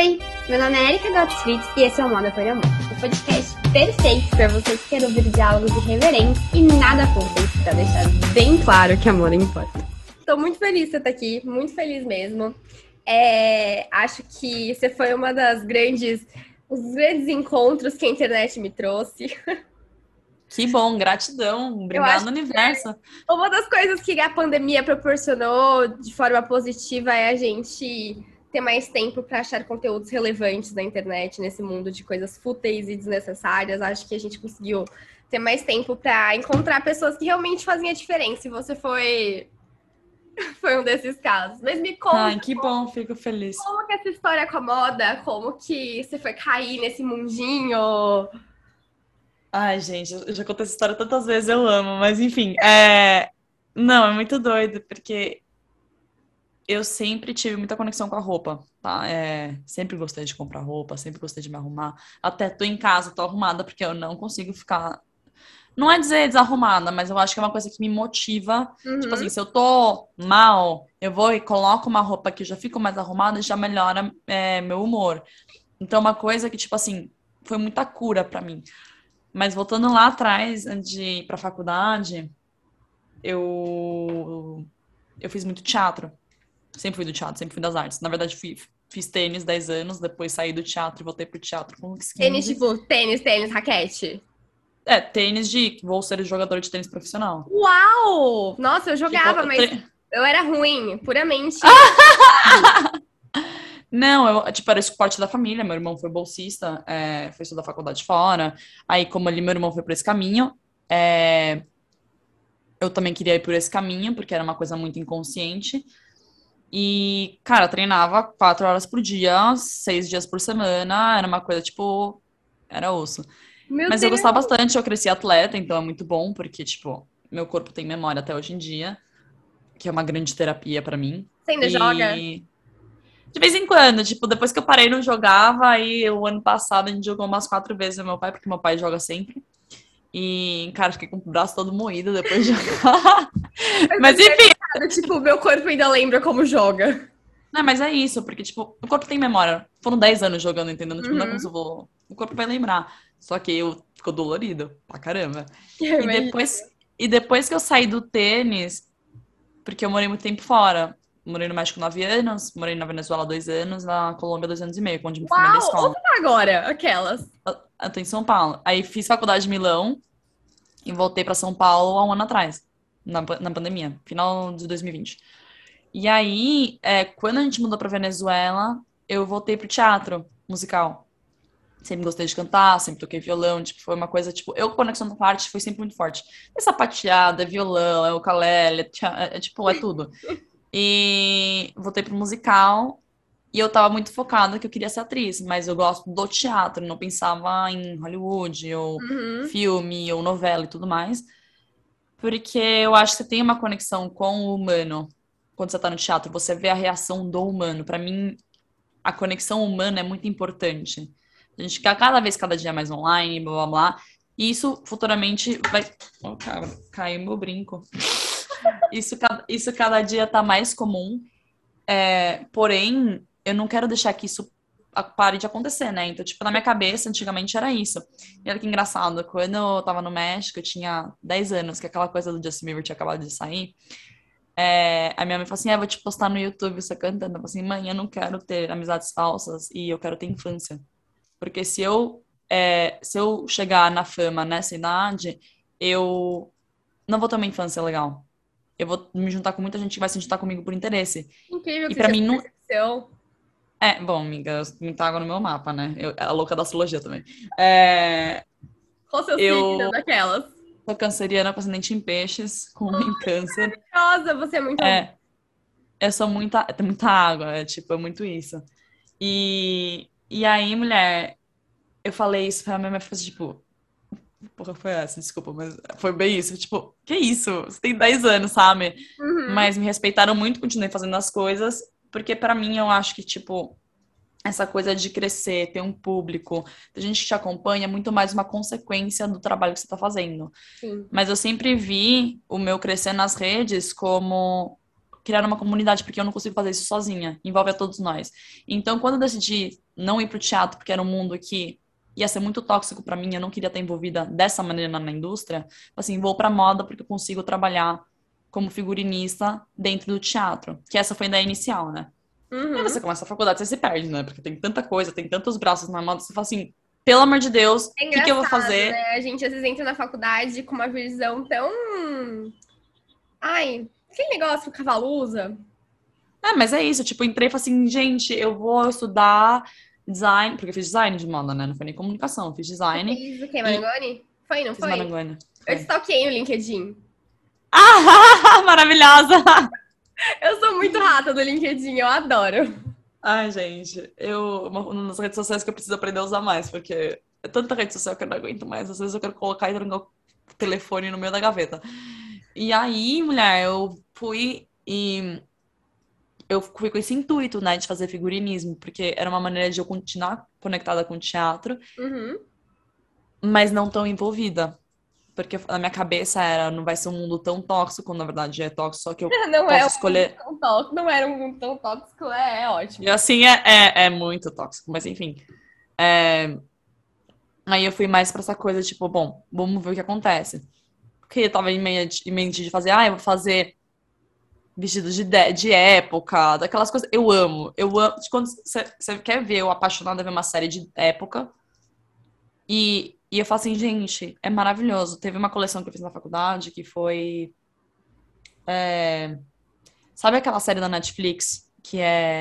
Oi, meu nome é Erika Gottfried e esse é o Moda por Amor, o podcast perfeito para você que quer ouvir diálogos irreverentes e nada fúteis, para deixar bem claro que amor importa. Estou muito feliz de você estar aqui, muito feliz mesmo. Acho que você foi uma das grandes encontros que a internet me trouxe. Que bom, gratidão, obrigado universo. Uma das coisas que a pandemia proporcionou de forma positiva é a gente ter mais tempo para achar conteúdos relevantes na internet, nesse mundo de coisas fúteis e desnecessárias. Acho que a gente conseguiu ter mais tempo para encontrar pessoas que realmente fazem a diferença. E você foi um desses casos. Mas me conta. Ai, que bom, fico feliz. Como que essa história acomoda? Como que você foi cair nesse mundinho? Ai, gente, eu já contei essa história tantas vezes, eu amo, mas enfim, não, é muito doido, porque eu sempre tive muita conexão com a roupa, tá? Sempre gostei de comprar roupa, sempre gostei de me arrumar. Até tô em casa, tô arrumada, porque eu não consigo ficar. Não é dizer desarrumada, mas eu acho que é uma coisa que me motiva. Tipo assim, se eu tô mal, eu vou e coloco uma roupa que eu já fico mais arrumada e já melhora, meu humor. Então, uma coisa que, tipo assim, foi muita cura pra mim. Mas voltando lá atrás, antes de ir pra faculdade, eu fiz muito teatro. Sempre fui do teatro, sempre fui das artes. Na verdade, fiz tênis 10 anos, depois saí do teatro e voltei pro teatro com uns Tênis, 15. tipo, tênis, raquete. Tênis de vou ser jogador de tênis profissional. Uau! Nossa, eu Tipo, jogava, mas eu era ruim, puramente. Não, tipo, era esporte da família. Meu irmão foi bolsista, foi estudar faculdade fora. Aí, como ali meu irmão foi por esse caminho, eu também queria ir por esse caminho, porque era uma coisa muito inconsciente. E, cara, treinava 4 horas por dia, 6 dias por semana. Era uma coisa, tipo, era osso. Meu Mas eu Deus! gostava bastante, eu cresci atleta, então é muito bom, porque, tipo, meu corpo tem memória até hoje em dia, que é uma grande terapia pra mim. Você ainda joga? E de vez em quando, tipo, depois que eu parei, não jogava. Aí o ano passado a gente jogou umas 4 vezes com meu pai, porque meu pai joga sempre. E, cara, fiquei com o braço todo moído depois de jogar. Mas enfim. Tipo, meu corpo ainda lembra como joga. Não, mas é isso, porque, tipo, o corpo tem memória. Foram 10 anos jogando, entendendo? Tipo, não é como se Uhum. eu vou. O corpo vai lembrar. Só que eu ficou dolorido pra caramba. E Imagina. depois, e depois que eu saí do tênis, porque eu morei muito tempo fora. Morei no México 9 anos, morei na Venezuela 2 anos, na Colômbia 2 anos e meio, onde me formei da Uau! escola. Onde tá agora? Aquelas. Eu tô em São Paulo. Aí fiz faculdade em Milão e voltei pra São Paulo há um ano atrás, na pandemia, final de 2020. E aí, quando a gente mudou pra Venezuela, eu voltei pro teatro musical. Sempre gostei de cantar, sempre toquei violão, tipo, foi uma coisa, tipo, eu conexão com a arte foi sempre muito forte. É sapateada, é violão, é ukulele, tipo, é tudo. E voltei pro musical e eu tava muito focada que eu queria ser atriz, mas eu gosto do teatro, não pensava em Hollywood, ou Uhum. filme, ou novela e tudo mais. Porque eu acho que você tem uma conexão com o humano quando você tá no teatro, você vê a reação do humano. Pra mim, a conexão humana é muito importante. A gente fica cada vez, cada dia mais online, blá blá blá. E isso futuramente vai. Oh, cara, caiu meu brinco. Isso cada dia tá mais comum. Porém, eu não quero deixar que isso pare de acontecer, né? Então, tipo, na minha cabeça, antigamente era isso. E olha que engraçado, quando eu tava no México, eu tinha 10 anos, que aquela coisa do Justin Bieber tinha acabado de sair. A minha mãe falou assim: vou te postar no YouTube você cantando. Eu falei assim: mãe, eu não quero ter amizades falsas e eu quero ter infância. Porque se eu chegar na fama nessa idade, eu não vou ter uma infância legal. Eu vou me juntar com muita gente que vai se juntar comigo por interesse. Incrível E que você pra tinha mim essa não. percepção. Bom, amiga, muita água no meu mapa, né? A louca da astrologia também. É, Qual seu signo eu daquelas? sou canceriana com ascendente em peixes, com lua em câncer. Nossa, você é muito amor. É, eu sou tem muita água, tipo, é muito isso. E aí, mulher, eu falei isso pra minha mãe, falou assim, tipo, porra, foi essa, desculpa, mas foi bem isso. Tipo, que isso? Você tem 10 anos, sabe? Uhum. Mas me respeitaram muito, continuei fazendo as coisas, porque pra mim eu acho que, tipo, essa coisa de crescer, ter um público, ter gente que te acompanha, é muito mais uma consequência do trabalho que você tá fazendo. Sim. Mas eu sempre vi o meu crescer nas redes como criar uma comunidade, porque eu não consigo fazer isso sozinha. Envolve a todos nós. Então, quando eu decidi não ir pro teatro, porque era um mundo que ia ser muito tóxico pra mim, eu não queria estar envolvida dessa maneira na indústria, assim, vou pra moda porque eu consigo trabalhar como figurinista dentro do teatro. Que essa foi a ideia inicial, né? Aí você Uhum. começa a faculdade, você se perde, né? Porque tem tanta coisa, tem tantos braços na moda, você fala assim, pelo amor de Deus, o É que que eu vou engraçado, fazer? né? A gente às vezes entra na faculdade com uma visão tão. Ai, aquele negócio que o cavalo usa. É, mas é isso, tipo, entrei e falei assim, gente, eu vou estudar design, porque eu fiz design de moda, né? Não foi nem comunicação, eu fiz Você design fez o quê, e Marangoni? Foi, não fiz foi? Maranguana. Eu Foi. stalkeei o LinkedIn. Ah, maravilhosa! Eu sou muito rata do LinkedIn, eu adoro. Ai, gente, uma das redes sociais que eu preciso aprender a usar mais, porque é tanta rede social que eu não aguento mais. Às vezes eu quero colocar e trancar o telefone no meio da gaveta. E aí, mulher, eu fui com esse intuito, né, de fazer figurinismo, porque era uma maneira de eu continuar conectada com o teatro, Uhum. mas não tão envolvida. Porque na minha cabeça era, não vai ser um mundo tão tóxico, quando na verdade é tóxico, só que eu Não é posso um mundo escolher. tão tóxico, não era um mundo tão tóxico, é E ótimo. assim é muito tóxico, mas enfim. É, aí eu fui mais pra essa coisa, tipo, bom, vamos ver o que acontece. Porque eu tava em mente de fazer, eu vou fazer vestidos de época, daquelas coisas. Eu amo. Quando você quer ver, eu apaixonada a ver uma série de época. E eu falo assim, gente, é maravilhoso. Teve uma coleção que eu fiz na faculdade que foi. Sabe aquela série da Netflix que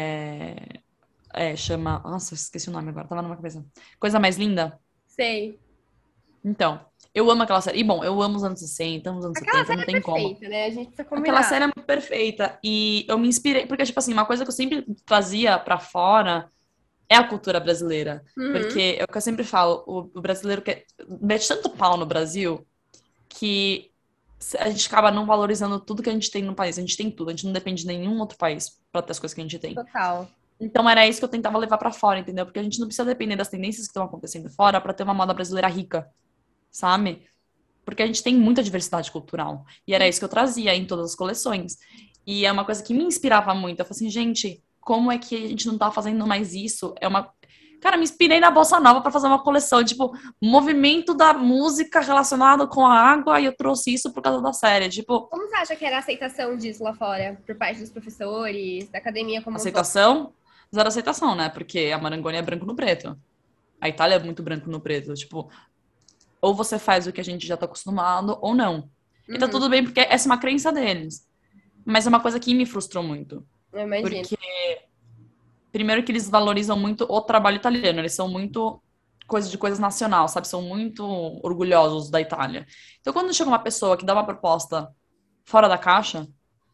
chama. Nossa, esqueci o nome agora, tava numa cabeça. Coisa Mais Linda? Sei. Então, eu amo aquela série. E bom, eu amo os anos 60, amo os anos Aquela 70, série não é tem como. perfeita, né? A gente precisa Aquela combinar. série é muito perfeita. E eu me inspirei, porque, tipo assim, uma coisa que eu sempre trazia pra fora é a cultura brasileira. Uhum. Porque é o que eu sempre falo, o brasileiro mete tanto pau no Brasil que a gente acaba não valorizando tudo que a gente tem no país. A gente tem tudo, a gente não depende de nenhum outro país pra ter as coisas que a gente tem. Total. Então era isso que eu tentava levar pra fora, entendeu? Porque a gente não precisa depender das tendências que estão acontecendo fora pra ter uma moda brasileira rica, sabe? Porque a gente tem muita diversidade cultural. E era isso que eu trazia em todas as coleções. E é uma coisa que me inspirava muito. Eu falei assim, gente, como é que a gente não tá fazendo mais isso? É uma. Cara, me inspirei na Bossa Nova para fazer uma coleção, tipo, movimento da música relacionado com a água, e eu trouxe isso por causa da série. Tipo, Como você acha que era a aceitação disso lá fora? Por parte dos professores, da academia como um todo? aceitação, zero aceitação, né? Porque a Marangoni é branco no preto. A Itália é muito branco no preto. Tipo, ou você faz o que a gente já tá acostumado, ou não. E tá Uhum. tudo bem, porque essa é uma crença deles. Mas é uma coisa que me frustrou muito. Eu imagino. Porque, primeiro, que eles valorizam muito o trabalho italiano. Eles são muito coisa de coisas nacional, sabe? São muito orgulhosos da Itália. Então, quando chega uma pessoa que dá uma proposta fora da caixa,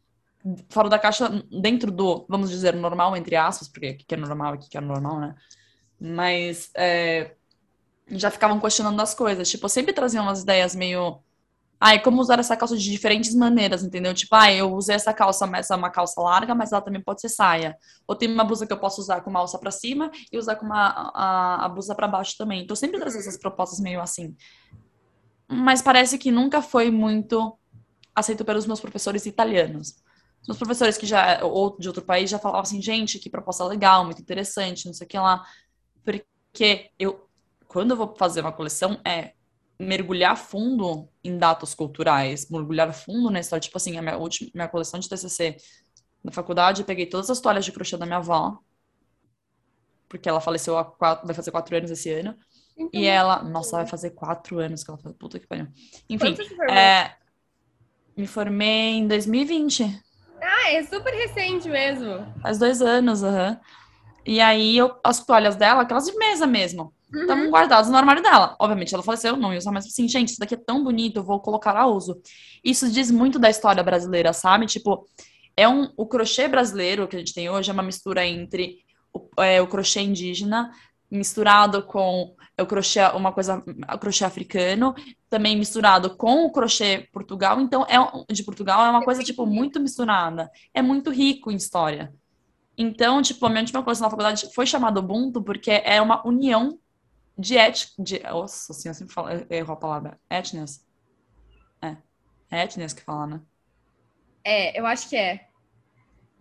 dentro do, vamos dizer, normal, entre aspas, porque o que é normal aqui que é normal, né? Mas já ficavam questionando as coisas. Tipo, sempre traziam umas ideias meio. Ai, como usar essa calça de diferentes maneiras, entendeu? Tipo, eu usei essa calça, mas essa é uma calça larga, mas ela também pode ser saia. Ou tem uma blusa que eu posso usar com uma alça pra cima e usar com a blusa pra baixo também. Então, eu sempre trazia essas propostas meio assim. Mas parece que nunca foi muito aceito pelos meus professores italianos. Os meus professores que já, ou de outro país, já falavam assim, gente, que proposta legal, muito interessante, não sei o que lá. Porque quando eu vou fazer uma coleção, mergulhar fundo em dados culturais, mergulhar fundo na história. Tipo assim, minha coleção de TCC na faculdade, eu peguei todas as toalhas de crochê da minha avó, porque ela faleceu vai fazer 4 anos esse ano. Então, E ela, nossa, vai fazer 4 anos que ela faz, puta que pariu. quando Enfim, você se formou? me formei em 2020, Ah, é super recente mesmo. faz 2 anos, aham. E aí, as toalhas dela, aquelas de mesa mesmo, Uhum. estavam guardadas no armário dela. Obviamente, ela faleceu, eu não ia usar, mas assim, gente, isso daqui é tão bonito, eu vou colocar a uso. Isso diz muito da história brasileira, sabe? Tipo, o crochê brasileiro que a gente tem hoje é uma mistura entre o crochê indígena misturado com o crochê, o crochê africano, também misturado com o crochê Portugal. Então, de Portugal é uma É coisa, muito tipo, muito rico. misturada. É muito rico em história. Então, tipo, a minha última coisa na faculdade foi chamada Ubuntu porque é uma união nossa, assim, eu sempre falo, eu erro a palavra. Etnias. É. É etnias que fala, né? É, eu acho que é.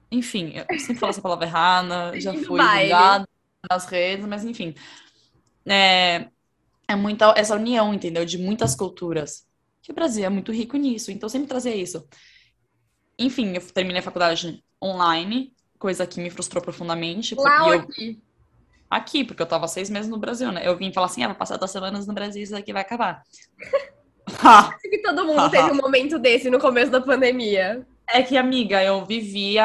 Enfim, eu sempre falo essa palavra errada, já E do fui baile. julgada nas redes, mas enfim. É, é muita essa união, entendeu? De muitas culturas. Que o Brasil é muito rico nisso, então eu sempre trazia isso. Enfim, eu terminei a faculdade online, coisa que me frustrou profundamente. Lá E ou eu, aqui? aqui, porque eu tava 6 meses no Brasil, né? Eu vim falar assim, vou passar 2 semanas no Brasil, isso daqui vai acabar. Ha! Acho que todo mundo Ha, teve um ha. momento desse no começo da pandemia. É que, amiga, eu vivi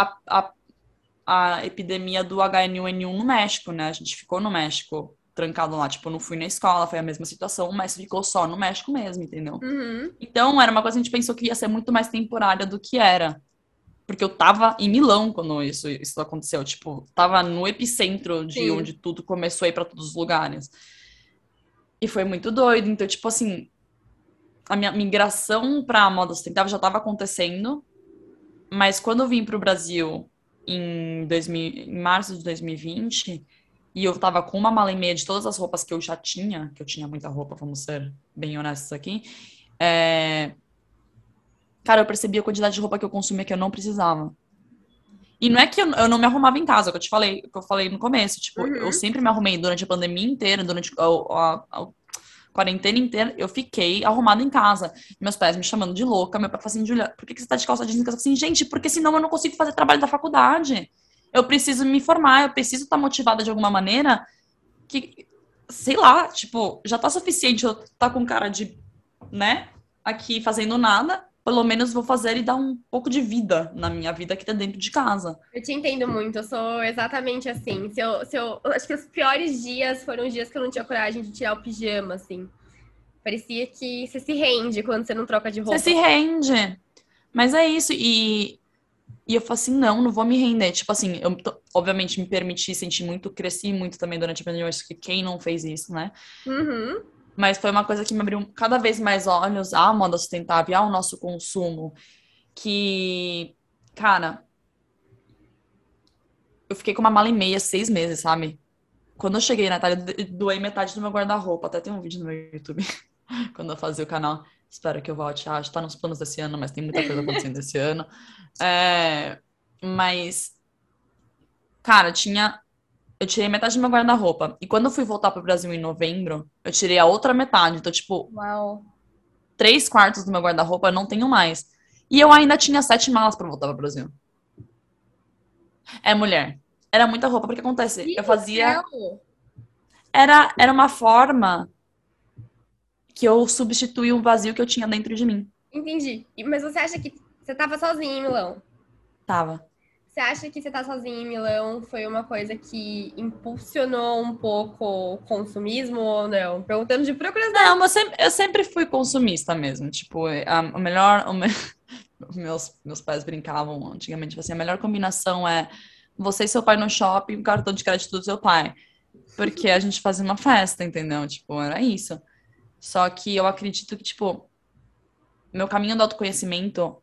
a epidemia do H1N1 no México, né? A gente ficou no México, trancado lá. Tipo, eu não fui na escola, foi a mesma situação, mas ficou só no México mesmo, entendeu? Uhum. Então, era uma coisa que a gente pensou que ia ser muito mais temporária do que era. Porque eu tava em Milão quando isso aconteceu. Tipo, tava no epicentro de Sim. onde tudo começou a ir pra todos os lugares. E foi muito doido. Então, tipo assim, a minha migração pra moda sustentável já tava acontecendo. Mas quando eu vim pro Brasil em março de 2020, e eu tava com uma mala e meia de todas as roupas que eu já tinha, que eu tinha muita roupa, vamos ser bem honestos aqui, é, cara, eu percebi a quantidade de roupa que eu consumia que eu não precisava. E não é que eu não me arrumava em casa, que eu falei no começo. Tipo, eu Uhum. sempre me arrumei durante a pandemia inteira, durante a quarentena inteira, eu fiquei arrumada em casa. Meus pais me chamando de louca, meu pai falou assim, Julia, por que você tá de calça jeans em casa? Eu falei assim, gente, porque senão eu não consigo fazer trabalho da faculdade. Eu preciso me formar, eu preciso estar motivada de alguma maneira que, sei lá, tipo, já tá suficiente eu estar com cara de, né, aqui fazendo nada, pelo menos vou fazer e dar um pouco de vida na minha vida aqui dentro de casa. Eu te entendo muito, eu sou exatamente assim. Eu acho que os piores dias foram os dias que eu não tinha coragem de tirar o pijama, assim. Parecia que você se rende quando você não troca de Você se roupa. rende. Mas é isso. E eu falei assim, não vou me render. Tipo assim, obviamente me permiti sentir muito, cresci muito também durante a pandemia. Acho que quem não fez isso, né? Uhum. Mas foi uma coisa que me abriu cada vez mais olhos à moda sustentável, e ao nosso consumo. Que, cara, eu fiquei com uma mala e meia 6 meses, sabe? Quando eu cheguei na Itália, eu doei metade do meu guarda-roupa. Até tem um vídeo no meu YouTube, quando eu fazia o canal. Espero que eu volte. Ah, tá nos planos desse ano, mas tem muita coisa acontecendo esse ano. É, mas, cara, eu tirei metade do meu guarda-roupa. E quando eu fui voltar pro Brasil em novembro, eu tirei a outra metade. Então, tipo, Uau. 3 quartos do meu guarda-roupa eu não tenho mais. E eu ainda tinha 7 malas pra voltar pro Brasil. É, mulher. Era muita roupa, porque acontece, Meu eu Deus do fazia. céu! Era uma forma que eu substituí um vazio que eu tinha dentro de mim. Entendi. Mas você acha que você estava sozinha em Milão? Tava. Você acha que você estar sozinha em Milão foi uma coisa que impulsionou um pouco o consumismo ou não? Perguntando de pura curiosidade. Não, eu sempre fui consumista mesmo. Tipo, a melhor. Meus pais brincavam antigamente, tipo assim, a melhor combinação é você e seu pai no shopping, o cartão de crédito do seu pai. Porque a gente fazia uma festa, entendeu? Tipo, era isso. Só que eu acredito que, tipo, meu caminho do autoconhecimento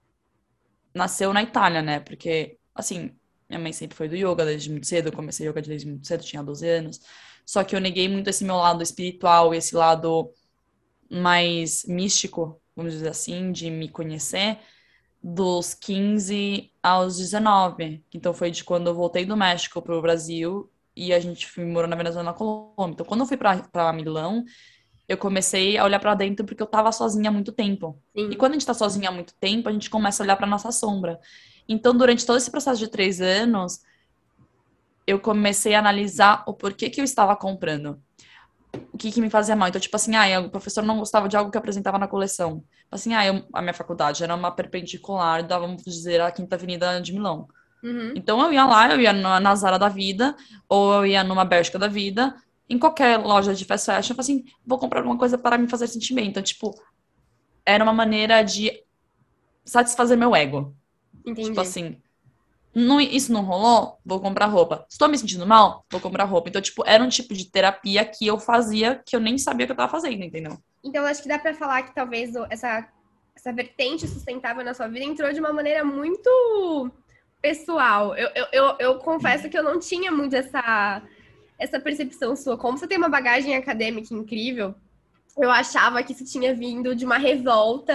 nasceu na Itália, né? Porque, assim, minha mãe sempre foi do yoga desde muito cedo, eu comecei yoga desde muito cedo, tinha 12 anos. Só que eu neguei muito esse meu lado espiritual, esse lado mais místico, vamos dizer assim, de me conhecer, dos 15 aos 19. Então foi de quando eu voltei do México pro Brasil e a gente morou na Venezuela e na Colômbia. Então quando eu fui pra Milão, eu comecei a olhar pra dentro porque eu tava sozinha há muito tempo. E Sim, quando a gente tá sozinha há muito tempo, a gente começa a olhar pra nossa sombra. Então, durante todo esse processo de 3 anos, eu comecei a analisar o porquê que eu estava comprando. O que que me fazia mal. Então, tipo assim, o professor não gostava de algo que eu apresentava na coleção. Assim, a minha faculdade era uma perpendicular da, vamos dizer, a Quinta Avenida de Milão. uhum, Então, eu ia lá, eu ia na Zara da vida, ou eu ia numa Bershka da vida, em qualquer loja de fast fashion, eu falei assim, vou comprar alguma coisa para me fazer sentir bem. Então, tipo, era uma maneira de satisfazer meu ego. Tipo entendi. assim, isso não rolou? Vou comprar roupa. Estou me sentindo mal? Vou comprar roupa. Então, tipo, era um tipo de terapia que eu fazia que eu nem sabia que eu tava fazendo, entendeu? Então, acho que dá pra falar que talvez essa vertente sustentável na sua vida entrou de uma maneira muito pessoal. Eu confesso que eu não tinha muito essa percepção sua. Como você tem uma bagagem acadêmica incrível, eu achava que isso tinha vindo de uma revolta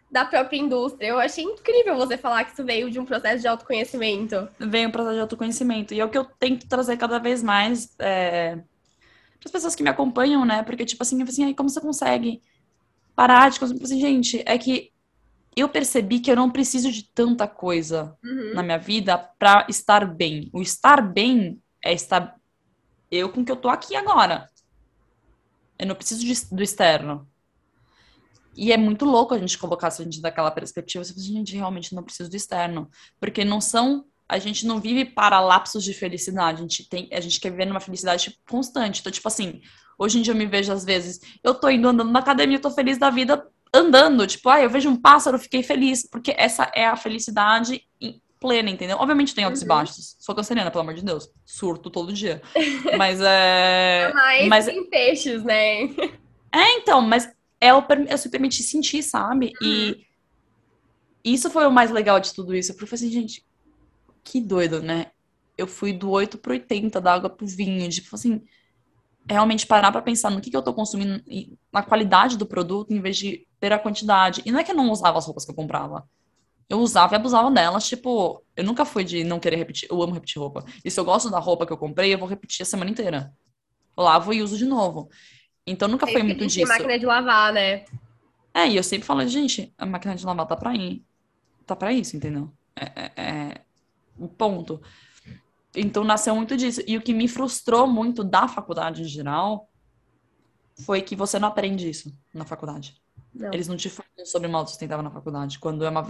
da própria indústria. Eu achei incrível você falar que isso veio de um processo de autoconhecimento. Vem um processo de autoconhecimento. E é o que eu tento trazer cada vez mais para as pessoas que me acompanham, né? Porque, tipo assim, eu falo assim, "Ai, como você consegue parar de consumir?" Assim, gente, é que eu percebi que eu não preciso de tanta coisa na Uhum. minha vida pra estar bem. O estar bem é estar eu com o que eu tô aqui agora. Eu não preciso do externo. E é muito louco a gente colocar se a gente daquela perspectiva. Você fala, gente, realmente não preciso do externo. Porque não são. A gente não vive para lapsos de felicidade. A gente quer viver numa felicidade constante. Então, tipo assim, hoje em dia eu me vejo às vezes, eu tô indo andando na academia, eu tô feliz da vida andando. Tipo, eu vejo um pássaro, eu fiquei feliz. Porque essa é a felicidade plena, entendeu? Obviamente tem altos e Uhum. baixos. Sou canceriana, pelo amor de Deus. Surto todo dia. Mas é. Mas Mas tem peixes, né? então, mas é se permitir sentir, sabe? Uhum. E isso foi o mais legal de tudo isso. Eu falei assim, gente, que doido, né? Eu fui do 8 pro 80, da água pro vinho. Tipo assim, realmente parar pra pensar no que eu tô consumindo, na qualidade do produto, em vez de ter a quantidade. E não é que eu não usava as roupas que eu comprava. Eu usava e abusava delas. Tipo, eu nunca fui de não querer repetir. Eu amo repetir roupa. E se eu gosto da roupa que eu comprei, eu vou repetir a semana inteira. Eu lavo e uso de novo. Então nunca É foi isso que a muito gente tem disso. máquina de lavar, né? E eu sempre falo, gente, a máquina de lavar tá pra ir. Tá pra isso, entendeu? É o ponto. Então nasceu muito disso. E o que me frustrou muito da faculdade em geral foi que você não aprende isso na faculdade. Não. Eles não te falam sobre modo sustentável na faculdade. Quando é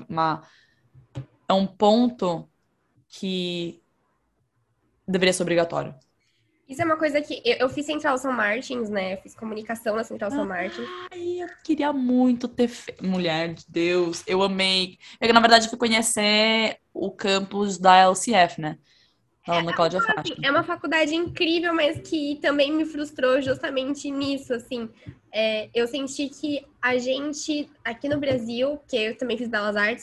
é um ponto que deveria ser obrigatório. Isso é uma coisa que eu fiz Central São Martins, né? Eu fiz comunicação na Central São Martins. Ai, eu queria muito ter Mulher de Deus, eu amei. Eu, na verdade, fui conhecer o campus da LCF, né? Lá no Cláudia Assim, Fátima. é uma faculdade incrível, mas que também me frustrou justamente nisso, assim. Eu senti que a gente, aqui no Brasil, que eu também fiz Belas Artes,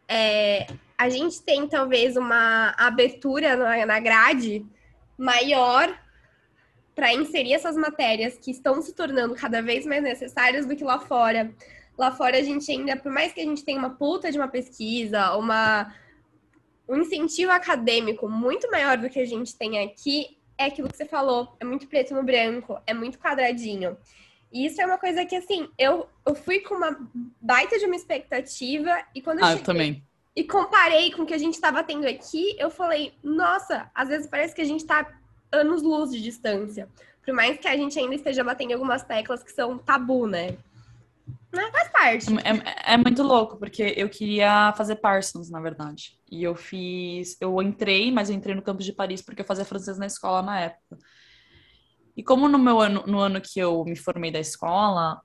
a gente tem talvez uma abertura na grade maior para inserir essas matérias que estão se tornando cada vez mais necessárias do que lá fora. Lá fora a gente ainda, por mais que a gente tenha uma puta de uma pesquisa, um incentivo acadêmico muito maior do que a gente tem aqui, é aquilo que você falou, é muito preto no branco, é muito quadradinho. E isso é uma coisa que, assim, eu fui com uma baita de uma expectativa, e quando eu Ah, eu cheguei também. e comparei com o que a gente estava tendo aqui, eu falei, nossa, às vezes parece que a gente está anos-luz de distância. Por mais que a gente ainda esteja batendo algumas teclas que são tabu, né? Mas faz parte. É muito louco, porque eu queria fazer Parsons, na verdade. E eu entrei, mas eu entrei no campus de Paris porque eu fazia francês na escola na época. E como no ano que eu me formei da escola,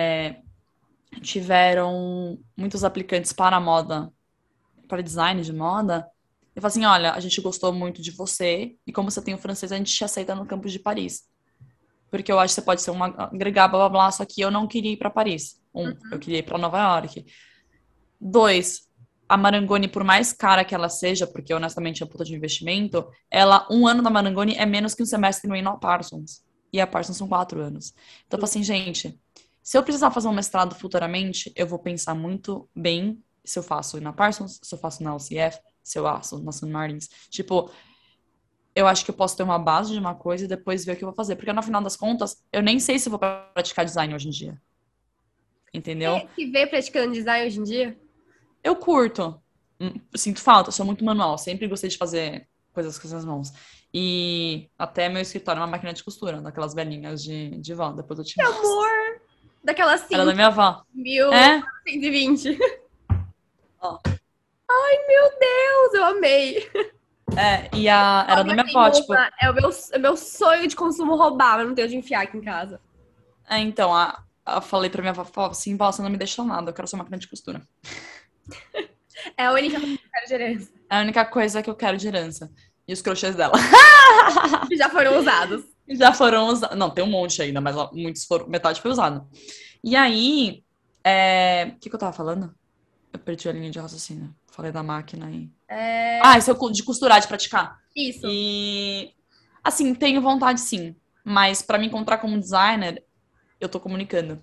tiveram muitos aplicantes para moda, para design de moda, eu falei assim, olha, a gente gostou muito de você, e como você tem o francês, a gente te aceita no campus de Paris. Porque eu acho que você pode ser uma agregar, blá blá blá, só que eu não queria ir para Paris. Eu queria ir para Nova York. Dois, a Marangoni, por mais cara que ela seja, porque honestamente é puta de investimento, um ano da Marangoni é menos que um semestre no Inal Parsons. E a Parsons são 4 anos. Então eu falo assim, gente, se eu precisar fazer um mestrado futuramente, eu vou pensar muito bem se eu faço na Parsons, se eu faço na UCF, se eu faço na St. Martins. Tipo, eu acho que eu posso ter uma base de uma coisa e depois ver o que eu vou fazer. Porque no final das contas, eu nem sei se eu vou praticar design hoje em dia. Entendeu? Você se vê praticando design hoje em dia? Eu curto. Sinto falta, eu sou muito manual. Sempre gostei de fazer coisas com as mãos. E até meu escritório é uma máquina de costura, daquelas velhinhas de vó. Depois eu te Que mostro. amor! Daquelas Era da 5 minha avó. É? 1920. Ó. Meu Deus, eu amei. Era da Roubar minha sem avó, tipo. roupa é o meu sonho de consumo roubar, mas não tenho onde enfiar aqui em casa. Então, eu falei pra minha avó, assim, vó, você não me deixou nada, eu quero sua máquina de costura. É a única coisa que eu quero de herança. É a única coisa que eu quero de herança. E os crochês dela. Que já foram usados. Já foram usados. Não, tem um monte ainda, mas ó, muitos foram. Metade foi usado. E aí. O que eu tava falando? Eu perdi a linha de raciocínio. Falei da máquina aí. Isso é de costurar, de praticar. Isso. E. Assim, tenho vontade sim. Mas pra me encontrar como designer, eu tô comunicando.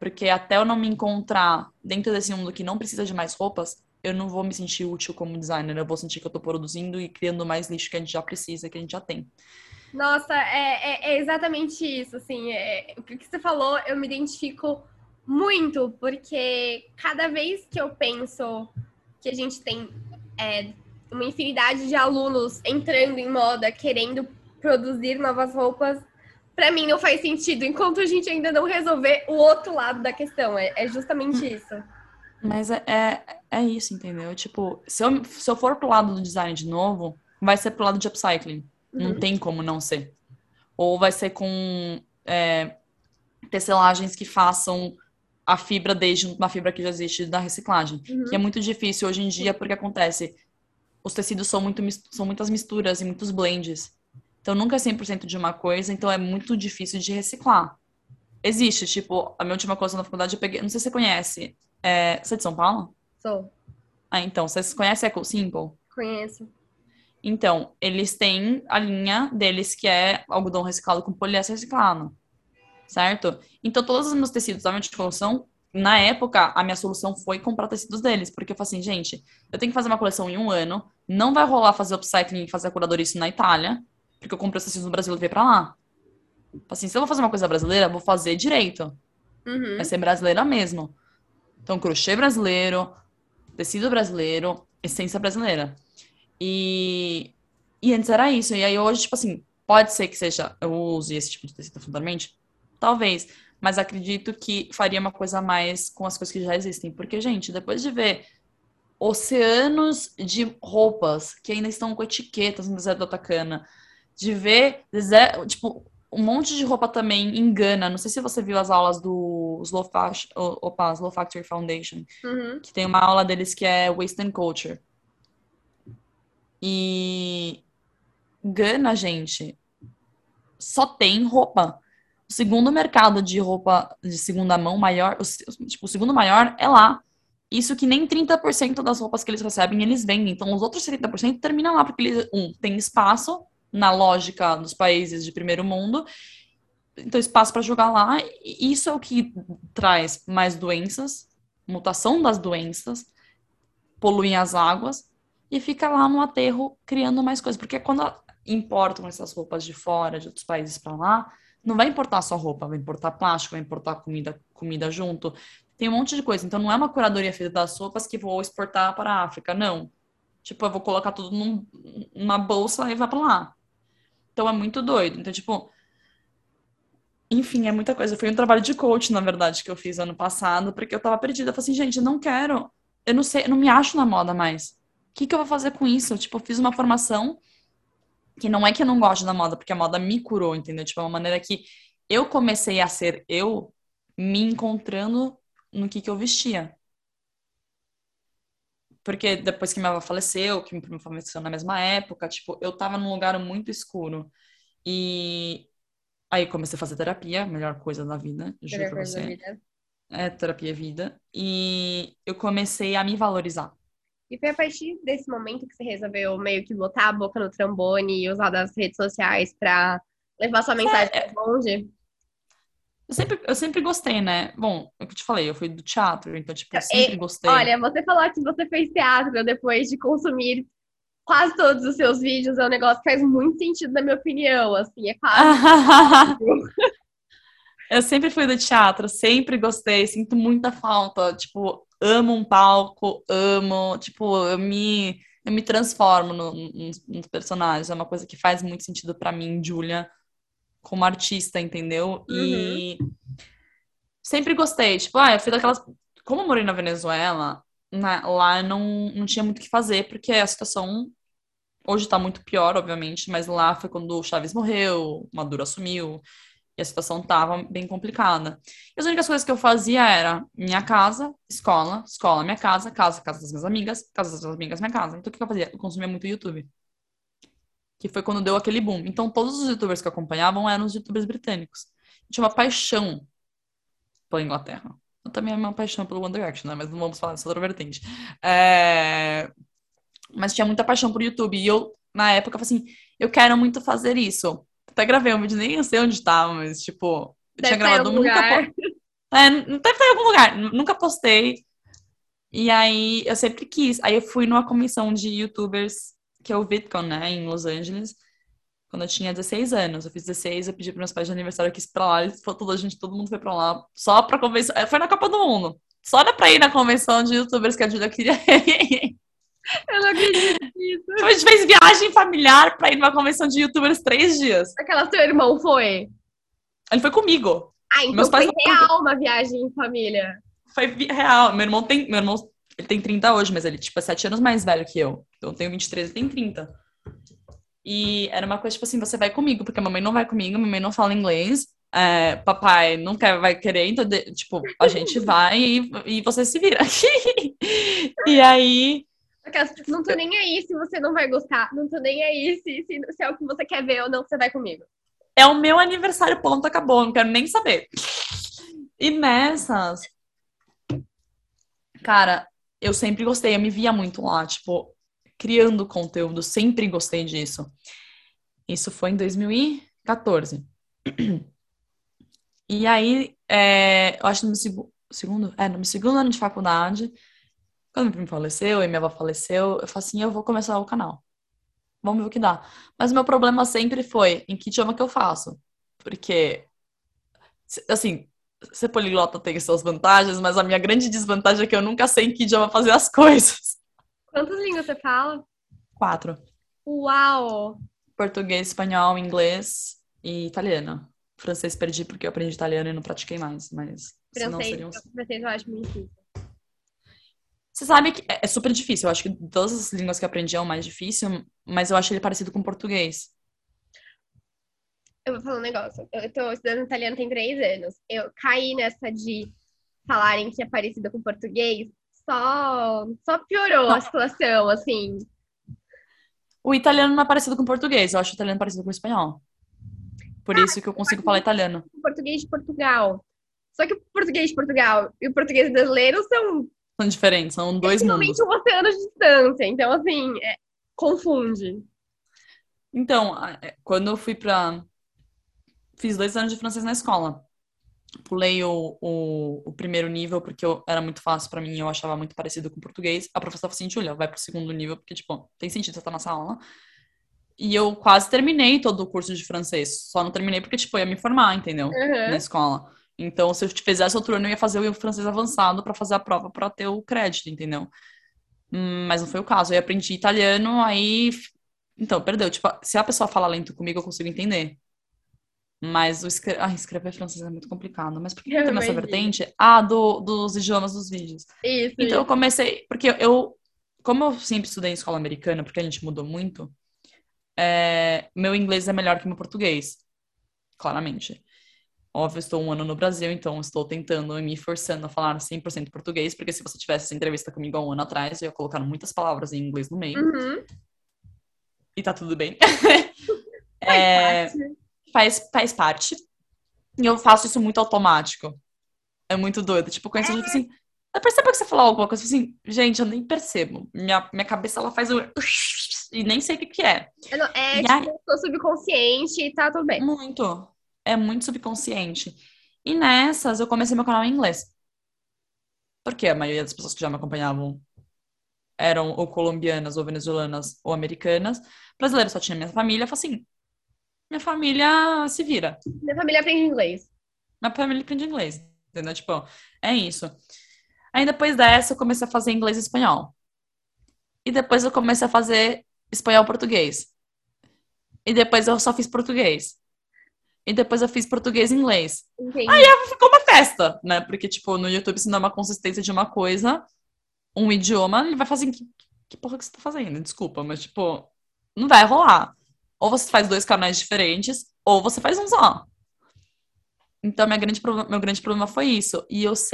Porque até eu não me encontrar dentro desse mundo que não precisa de mais roupas, eu não vou me sentir útil como designer. Eu vou sentir que eu tô produzindo e criando mais lixo que a gente já precisa, que a gente já tem. Nossa, é exatamente isso, assim, o que você falou, eu me identifico muito, porque cada vez que eu penso que a gente tem uma infinidade de alunos entrando em moda, querendo produzir novas roupas, pra mim não faz sentido, enquanto a gente ainda não resolver o outro lado da questão, é justamente isso. Mas é isso, entendeu? Tipo, se eu for pro lado do design de novo, vai ser pro lado de upcycling. Não tem como não ser. Ou vai ser com tecelagens que façam a fibra desde uma fibra que já existe da reciclagem. Que é muito difícil hoje em dia, porque acontece, os tecidos são muitas misturas e muitos blends. Então nunca é 100% de uma coisa, então é muito difícil de reciclar. Existe, tipo, a minha última coisa na faculdade eu peguei, não sei se você conhece, você é de São Paulo? Sou, Ah, então, vocês conhecem a Eco Simple? conheço. Então, eles têm a linha deles que é algodão reciclado com poliéster reciclado, certo? Então, todos os meus tecidos da minha coleção, na época, a minha solução foi comprar tecidos deles, porque eu falei assim, gente, eu tenho que fazer uma coleção em um ano, não vai rolar fazer upcycling e fazer a curadorice na Itália, porque eu comprei os tecidos no Brasil e levei pra lá. Assim, se eu vou fazer uma coisa brasileira, eu vou fazer direito. Vai ser brasileira mesmo. Então, crochê brasileiro, tecido brasileiro, essência brasileira. E antes era isso. E aí hoje, tipo assim, pode ser que seja, eu use esse tipo de tecido futuramente? Talvez. Mas acredito que faria uma coisa a mais com as coisas que já existem. Porque, gente, depois de ver oceanos de roupas que ainda estão com etiquetas no deserto do Atacama, de ver, tipo, um monte de roupa também em Gana. Não sei se você viu as aulas do Slow Factory Foundation, que tem uma aula deles que é Waste and Culture. E Gana, gente, só tem roupa. O segundo mercado de roupa de segunda mão maior, tipo, o segundo maior é lá. Isso que nem 30% das roupas que eles recebem, eles vendem. Então, os outros 70% terminam lá, porque eles, tem espaço na lógica dos países de primeiro mundo, então espaço para jogar lá. E isso é o que traz mais doenças, mutação das doenças, poluem as águas e fica lá no aterro criando mais coisas. Porque quando importam essas roupas de fora, de outros países para lá, não vai importar só roupa, vai importar plástico, vai importar comida junto. Tem um monte de coisa. Então não é uma curadoria feita das roupas que vou exportar para a África, não. Tipo, eu vou colocar tudo numa bolsa e vai para lá. Então é muito doido. Então, tipo, enfim, é muita coisa. Foi um trabalho de coach, na verdade, que eu fiz ano passado, porque eu tava perdida. Eu falei assim, gente, eu não quero, eu não sei, eu não me acho na moda mais. O que que eu vou fazer com isso? Tipo, eu fiz uma formação que não é que eu não gosto da moda, porque a moda me curou, entendeu? Tipo, é uma maneira que eu comecei a ser eu, me encontrando no que eu vestia. Porque depois que minha avó faleceu, que minha prima faleceu na mesma época, tipo, eu tava num lugar muito escuro. E aí comecei a fazer terapia, melhor coisa da vida, juro Melhor pra coisa da você. vida. É, terapia é vida. E eu comecei a me valorizar. E foi a partir desse momento que você resolveu meio que botar a boca no trombone e usar das redes sociais pra levar sua mensagem mais longe? Eu sempre gostei, né? Bom, é o que eu te falei, eu fui do teatro, então, tipo, eu sempre E, gostei. olha, você falou que você fez teatro depois de consumir quase todos os seus vídeos, é um negócio que faz muito sentido na minha opinião, assim, é quase óbvio. Eu sempre fui do teatro, sempre gostei, sinto muita falta. Tipo, amo um palco, amo, tipo, eu me transformo nos personagens. É uma coisa que faz muito sentido pra mim, Julia, como artista, entendeu? Uhum. E sempre gostei. Tipo, eu fui daquelas. Como eu morei na Venezuela, lá eu não tinha muito o que fazer, porque a situação hoje tá muito pior, obviamente, mas lá foi quando o Chaves morreu, Maduro assumiu, e a situação tava bem complicada. E as únicas coisas que eu fazia era minha casa, escola, escola, minha casa, casa das minhas amigas, casa das minhas amigas, minha casa. Então o que eu fazia? Eu consumia muito YouTube. Que foi quando deu aquele boom. Então todos os youtubers que acompanhavam eram os youtubers britânicos. Eu tinha uma paixão pela Inglaterra. Eu também amo uma paixão pelo One Direction, né? Mas não vamos falar dessa outra vertente. Mas tinha muita paixão por YouTube. E eu, na época, falei assim, eu quero muito fazer isso. Até gravei um vídeo, nem sei onde tava, mas, tipo, eu tinha Deve estar em gravado, algum nunca, lugar. Não deve estar em algum lugar. Nunca postei. E aí, eu sempre quis. Aí eu fui numa comissão de YouTubers, que é o VidCon, né, em Los Angeles, quando eu tinha 16 anos. Eu fiz 16, eu pedi para meus pais de aniversário que ir pra lá. Eles, todo mundo foi pra lá, só pra convenção. Foi na Copa do Mundo. Só dá pra ir na convenção de YouTubers que a Julia queria ir. Eu não acredito nisso. A gente fez viagem familiar pra ir numa convenção de YouTubers 3 dias. Aquela seu irmão foi? Ele foi comigo. Ah, então Meus pais foi real uma viagem em família. Foi real. Meu irmão, ele tem 30 hoje, mas ele, tipo, é 7 anos mais velho que eu. Então eu tenho 23 e tem 30. E era uma coisa, tipo assim, você vai comigo, porque a mamãe não vai comigo, a mamãe não fala inglês, papai não vai querer, então, tipo, a gente vai e você se vira. E aí... Aquelas, tipo, não tô nem aí se você não vai gostar. Não tô nem aí se é o que você quer ver ou não, você vai comigo. É o meu aniversário, ponto, acabou, não quero nem saber. E nessas... Cara, eu sempre gostei, eu me via muito lá, tipo, criando conteúdo, sempre gostei disso. Isso foi em 2014. E aí, eu acho que no meu segundo ano de faculdade, quando meu primo faleceu e minha avó faleceu, eu falei assim, eu vou começar o canal. Vamos ver o que dá. Mas o meu problema sempre foi em que idioma que eu faço. Porque, assim, ser poliglota tem suas vantagens, mas a minha grande desvantagem é que eu nunca sei em que idioma fazer as coisas. Quantas línguas você fala? 4. Uau! Português, espanhol, inglês e italiano. Francês perdi porque eu aprendi italiano e não pratiquei mais, mas senão seriam... Francês eu acho muito difícil. Você sabe que é super difícil. Eu acho que de todas as línguas que eu aprendi é o mais difícil, mas eu acho ele parecido com português. Eu vou falar um negócio. Eu tô estudando italiano tem 3 anos. Eu caí nessa de falarem que é parecida com português. Só piorou Não, a situação, assim. o italiano não é parecido com português. Eu acho o italiano parecido com o espanhol. Por isso que eu consigo falar italiano. O português de Portugal. Só que o português de Portugal e o português brasileiro são São diferentes, são dois mundos. realmente um oceano de distância. Então, assim, confunde. Então, quando eu fui pra... Fiz 2 anos de francês na escola. Pulei o primeiro nível porque era muito fácil pra mim, eu achava muito parecido com o português. A professora falou assim, Júlia, vai pro segundo nível, porque, tipo, tem sentido você estar nessa aula. E eu quase terminei todo o curso de francês. Só não terminei porque, tipo, eu ia me formar, entendeu? Na Uhum. escola. Então, se eu fizesse outro ano, eu ia fazer o francês avançado pra fazer a prova pra ter o crédito, entendeu? Mas não foi o caso. Eu aprendi italiano, aí... Então, perdeu. Tipo, se a pessoa fala lento comigo, eu consigo entender. Mas escrever francês é muito complicado. Mas por que eu Eu entrei nessa imagino. vertente? Dos idiomas dos vídeos. Isso, Então eu isso. comecei, porque como eu sempre estudei em escola americana, porque a gente mudou muito, meu inglês é melhor que meu português, claramente. Óbvio, estou um ano no Brasil, então estou tentando e me forçando a falar 100% português, porque se você tivesse essa entrevista comigo há um ano atrás, eu ia colocar muitas palavras em inglês no meio, Uhum. e tá tudo bem. Faz parte. Faz parte. E eu faço isso muito automático. É muito doido. Tipo, conheço a gente assim. Eu percebo que você falou alguma coisa assim, gente, eu nem percebo. Minha cabeça ela faz o. E nem sei o que é. E Tipo, aí, eu sou subconsciente e tá tudo bem. muito. É muito subconsciente. E nessas, eu comecei meu canal em inglês. Porque a maioria das pessoas que já me acompanhavam eram ou colombianas, ou venezuelanas, ou americanas. Brasileiro só tinha minha família. Eu falei assim, minha família se vira. Minha família aprende inglês. Minha família aprende inglês. Entendeu? Tipo, é isso. Aí depois dessa, eu comecei a fazer inglês e espanhol. E depois eu comecei a fazer espanhol-português. E depois eu só fiz português. E depois eu fiz português e inglês. Entendi. Ficou uma festa, né? Porque, tipo, no YouTube, se não é uma consistência de uma coisa, um idioma, ele vai fazer... Que porra que você tá fazendo? Desculpa, mas, tipo, não vai rolar. Ou você faz 2 canais diferentes, ou você faz um só. Então, meu grande problema foi isso. E eu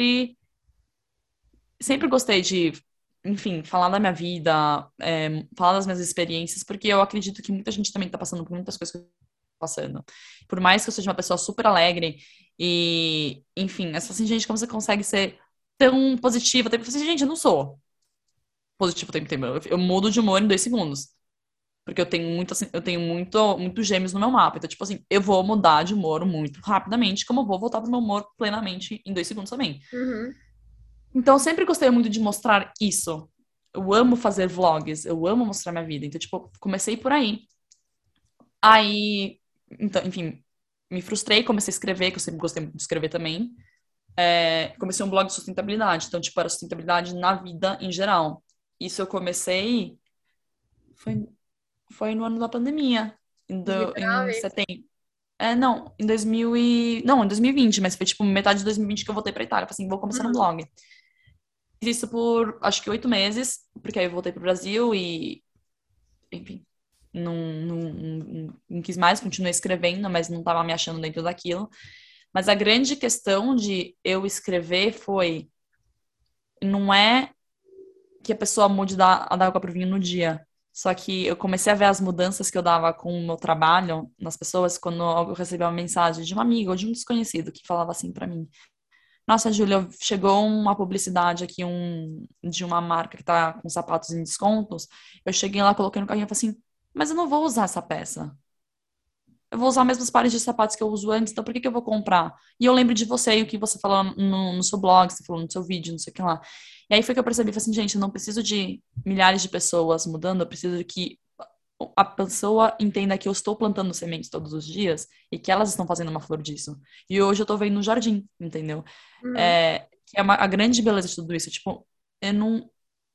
sempre gostei de, enfim, falar da minha vida, falar das minhas experiências, porque eu acredito que muita gente também tá passando por muitas coisas que eu tô passando. Por mais que eu seja uma pessoa super alegre e, enfim, essa assim, gente, como você consegue ser tão positiva? Eu falei assim, gente, eu não sou positiva o tempo inteiro. Eu mudo de humor em 2 segundos. Porque eu tenho muito, assim, eu tenho muito gêmeos no meu mapa. Então, tipo assim, eu vou mudar de humor muito rapidamente, como eu vou voltar pro meu humor plenamente em 2 segundos também. Uhum. Então, eu sempre gostei muito de mostrar isso. Eu amo fazer vlogs, eu amo mostrar minha vida. Então, tipo, comecei por aí. Aí, então, enfim, me frustrei, comecei a escrever, que eu sempre gostei muito de escrever também. Comecei um blog de sustentabilidade. Então, tipo, era sustentabilidade na vida em geral. Isso eu comecei. Foi, foi no ano da pandemia, em 19? setembro. Não, não, em 2020, mas foi tipo metade de 2020 que eu voltei pra Itália. Falei assim, vou começar um Uhum. blog. Fiz isso por, acho que 8 meses, porque aí eu voltei pro Brasil e, enfim, não quis mais, continuei escrevendo, mas não tava me achando dentro daquilo. Mas a grande questão de eu escrever foi, não é que a pessoa mude da água pro vinho no dia. Só que eu comecei a ver as mudanças que eu dava com o meu trabalho nas pessoas quando eu recebia uma mensagem de uma amiga ou de um desconhecido que falava assim pra mim: Nossa, Júlia, chegou uma publicidade aqui de uma marca que tá com sapatos em descontos. Eu cheguei lá, coloquei no carrinho e falei assim: Mas eu não vou usar essa peça. Eu vou usar mesmo os pares de sapatos que eu uso antes, então por que que eu vou comprar? E eu lembro de você e o que você falou no seu blog, você falou no seu vídeo, não sei o que lá. E aí foi que eu percebi, falei assim, gente, eu não preciso de milhares de pessoas mudando, eu preciso que a pessoa entenda que eu estou plantando sementes todos os dias e que elas estão fazendo uma flor disso. E hoje eu tô vendo no jardim, entendeu? Uhum. Que é a grande beleza de tudo isso. Tipo, eu não.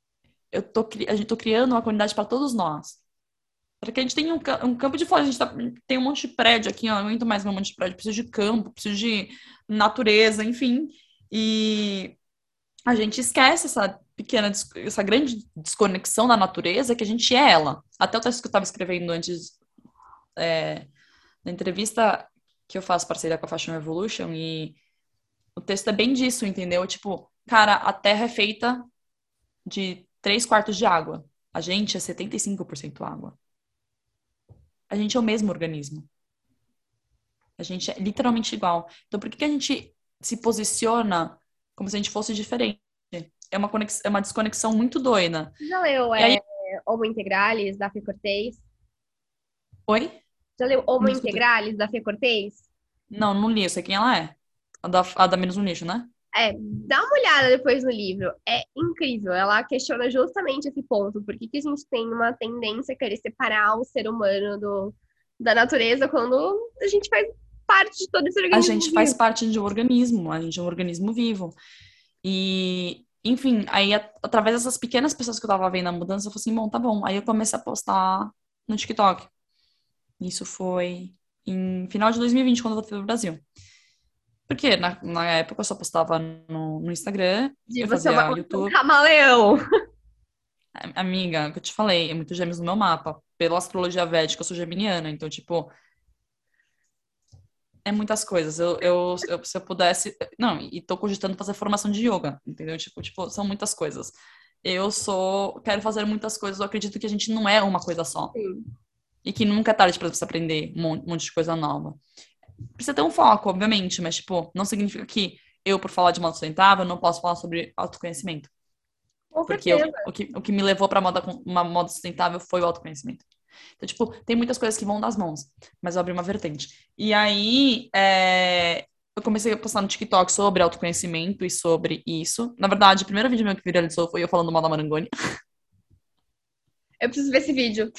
A gente tô criando uma comunidade para todos nós. Porque a gente tem um campo de flores, tem um monte de prédio aqui, ó, eu não aguento mais um monte de prédio, preciso de campo, preciso de natureza, enfim. E a gente esquece essa grande desconexão da natureza que a gente é ela. Até o texto que eu estava escrevendo antes, na entrevista que eu faço parceria com a Fashion Revolution, e o texto é bem disso, entendeu? Tipo, cara, a Terra é feita de 3/4 de água. A gente é 75% água. A gente é o mesmo organismo. A gente é literalmente igual. Então, por que que a gente se posiciona como se a gente fosse diferente? É uma desconexão muito doida. Já leu E aí, Homo Integralis, da Fê Cortez? oi? Já leu Homo Não escutei. Integralis, da Fê Cortez? Não li, eu sei quem ela é. A da Menos no Lixo, né? Dá uma olhada depois no livro. É incrível. Ela questiona justamente esse ponto. Por que que a gente tem uma tendência a querer separar o ser humano da natureza quando a gente faz parte de todo esse A organismo gente faz vivo? parte de um organismo, a gente é um organismo vivo. E, enfim, aí através dessas pequenas pessoas que eu tava vendo a mudança, eu falei assim, bom, tá bom. Aí eu comecei a postar no TikTok. Isso foi em final de 2020, quando eu voltei pro Brasil. Porque na época eu só postava no Instagram, De eu você é fazia um YouTube. camaleão. Amiga, que eu te falei, é muito gêmeos no meu mapa. Pela astrologia védica, eu sou geminiana. Então, tipo, é muitas coisas. Se eu pudesse. Não, e tô cogitando fazer formação de yoga, entendeu? Tipo, são muitas coisas. Quero fazer muitas coisas. Eu acredito que a gente não é uma coisa só. Sim. E que nunca é tarde pra você aprender um monte de coisa nova. Precisa ter um foco, obviamente, mas, tipo, não significa que eu, por falar de moda sustentável, não posso falar sobre autoconhecimento. Com Porque certeza. o que me levou para uma moda sustentável foi o autoconhecimento. Então, tipo, tem muitas coisas que vão das mãos, mas eu abri uma vertente. E aí, eu comecei a postar no TikTok sobre autoconhecimento e sobre isso. Na verdade, o primeiro vídeo meu que viralizou foi eu falando mal da Marangoni. Eu preciso ver esse vídeo.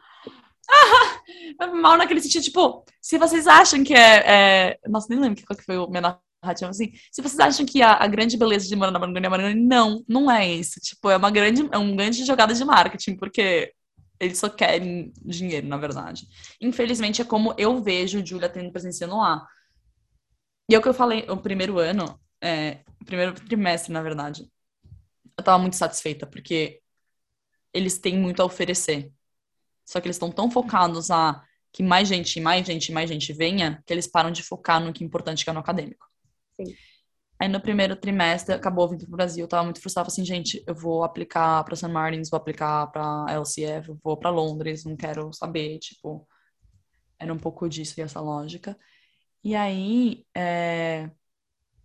Mal naquele sentido, tipo, se vocês acham que Nossa, nem lembro qual que foi o meu narrativo, assim. Se vocês acham que a grande beleza de morar na Marangoni é a Marangoni, não é isso. Tipo, é um grande jogada de marketing, porque eles só querem dinheiro, na verdade. Infelizmente, é como eu vejo Julia tendo presença no lá. E é o que eu falei, o primeiro trimestre, na verdade, eu tava muito satisfeita, porque eles têm muito a oferecer. Só que eles estão tão focados a que mais gente, mais gente, mais gente venha, que eles param de focar no que é importante, que é no acadêmico. Sim. Aí no primeiro trimestre, acabou vindo pro Brasil, eu tava muito frustrada, assim, gente, eu vou aplicar pra St. Martins, vou aplicar pra LCF, eu vou pra Londres, não quero saber, tipo, era um pouco disso e essa lógica. E aí,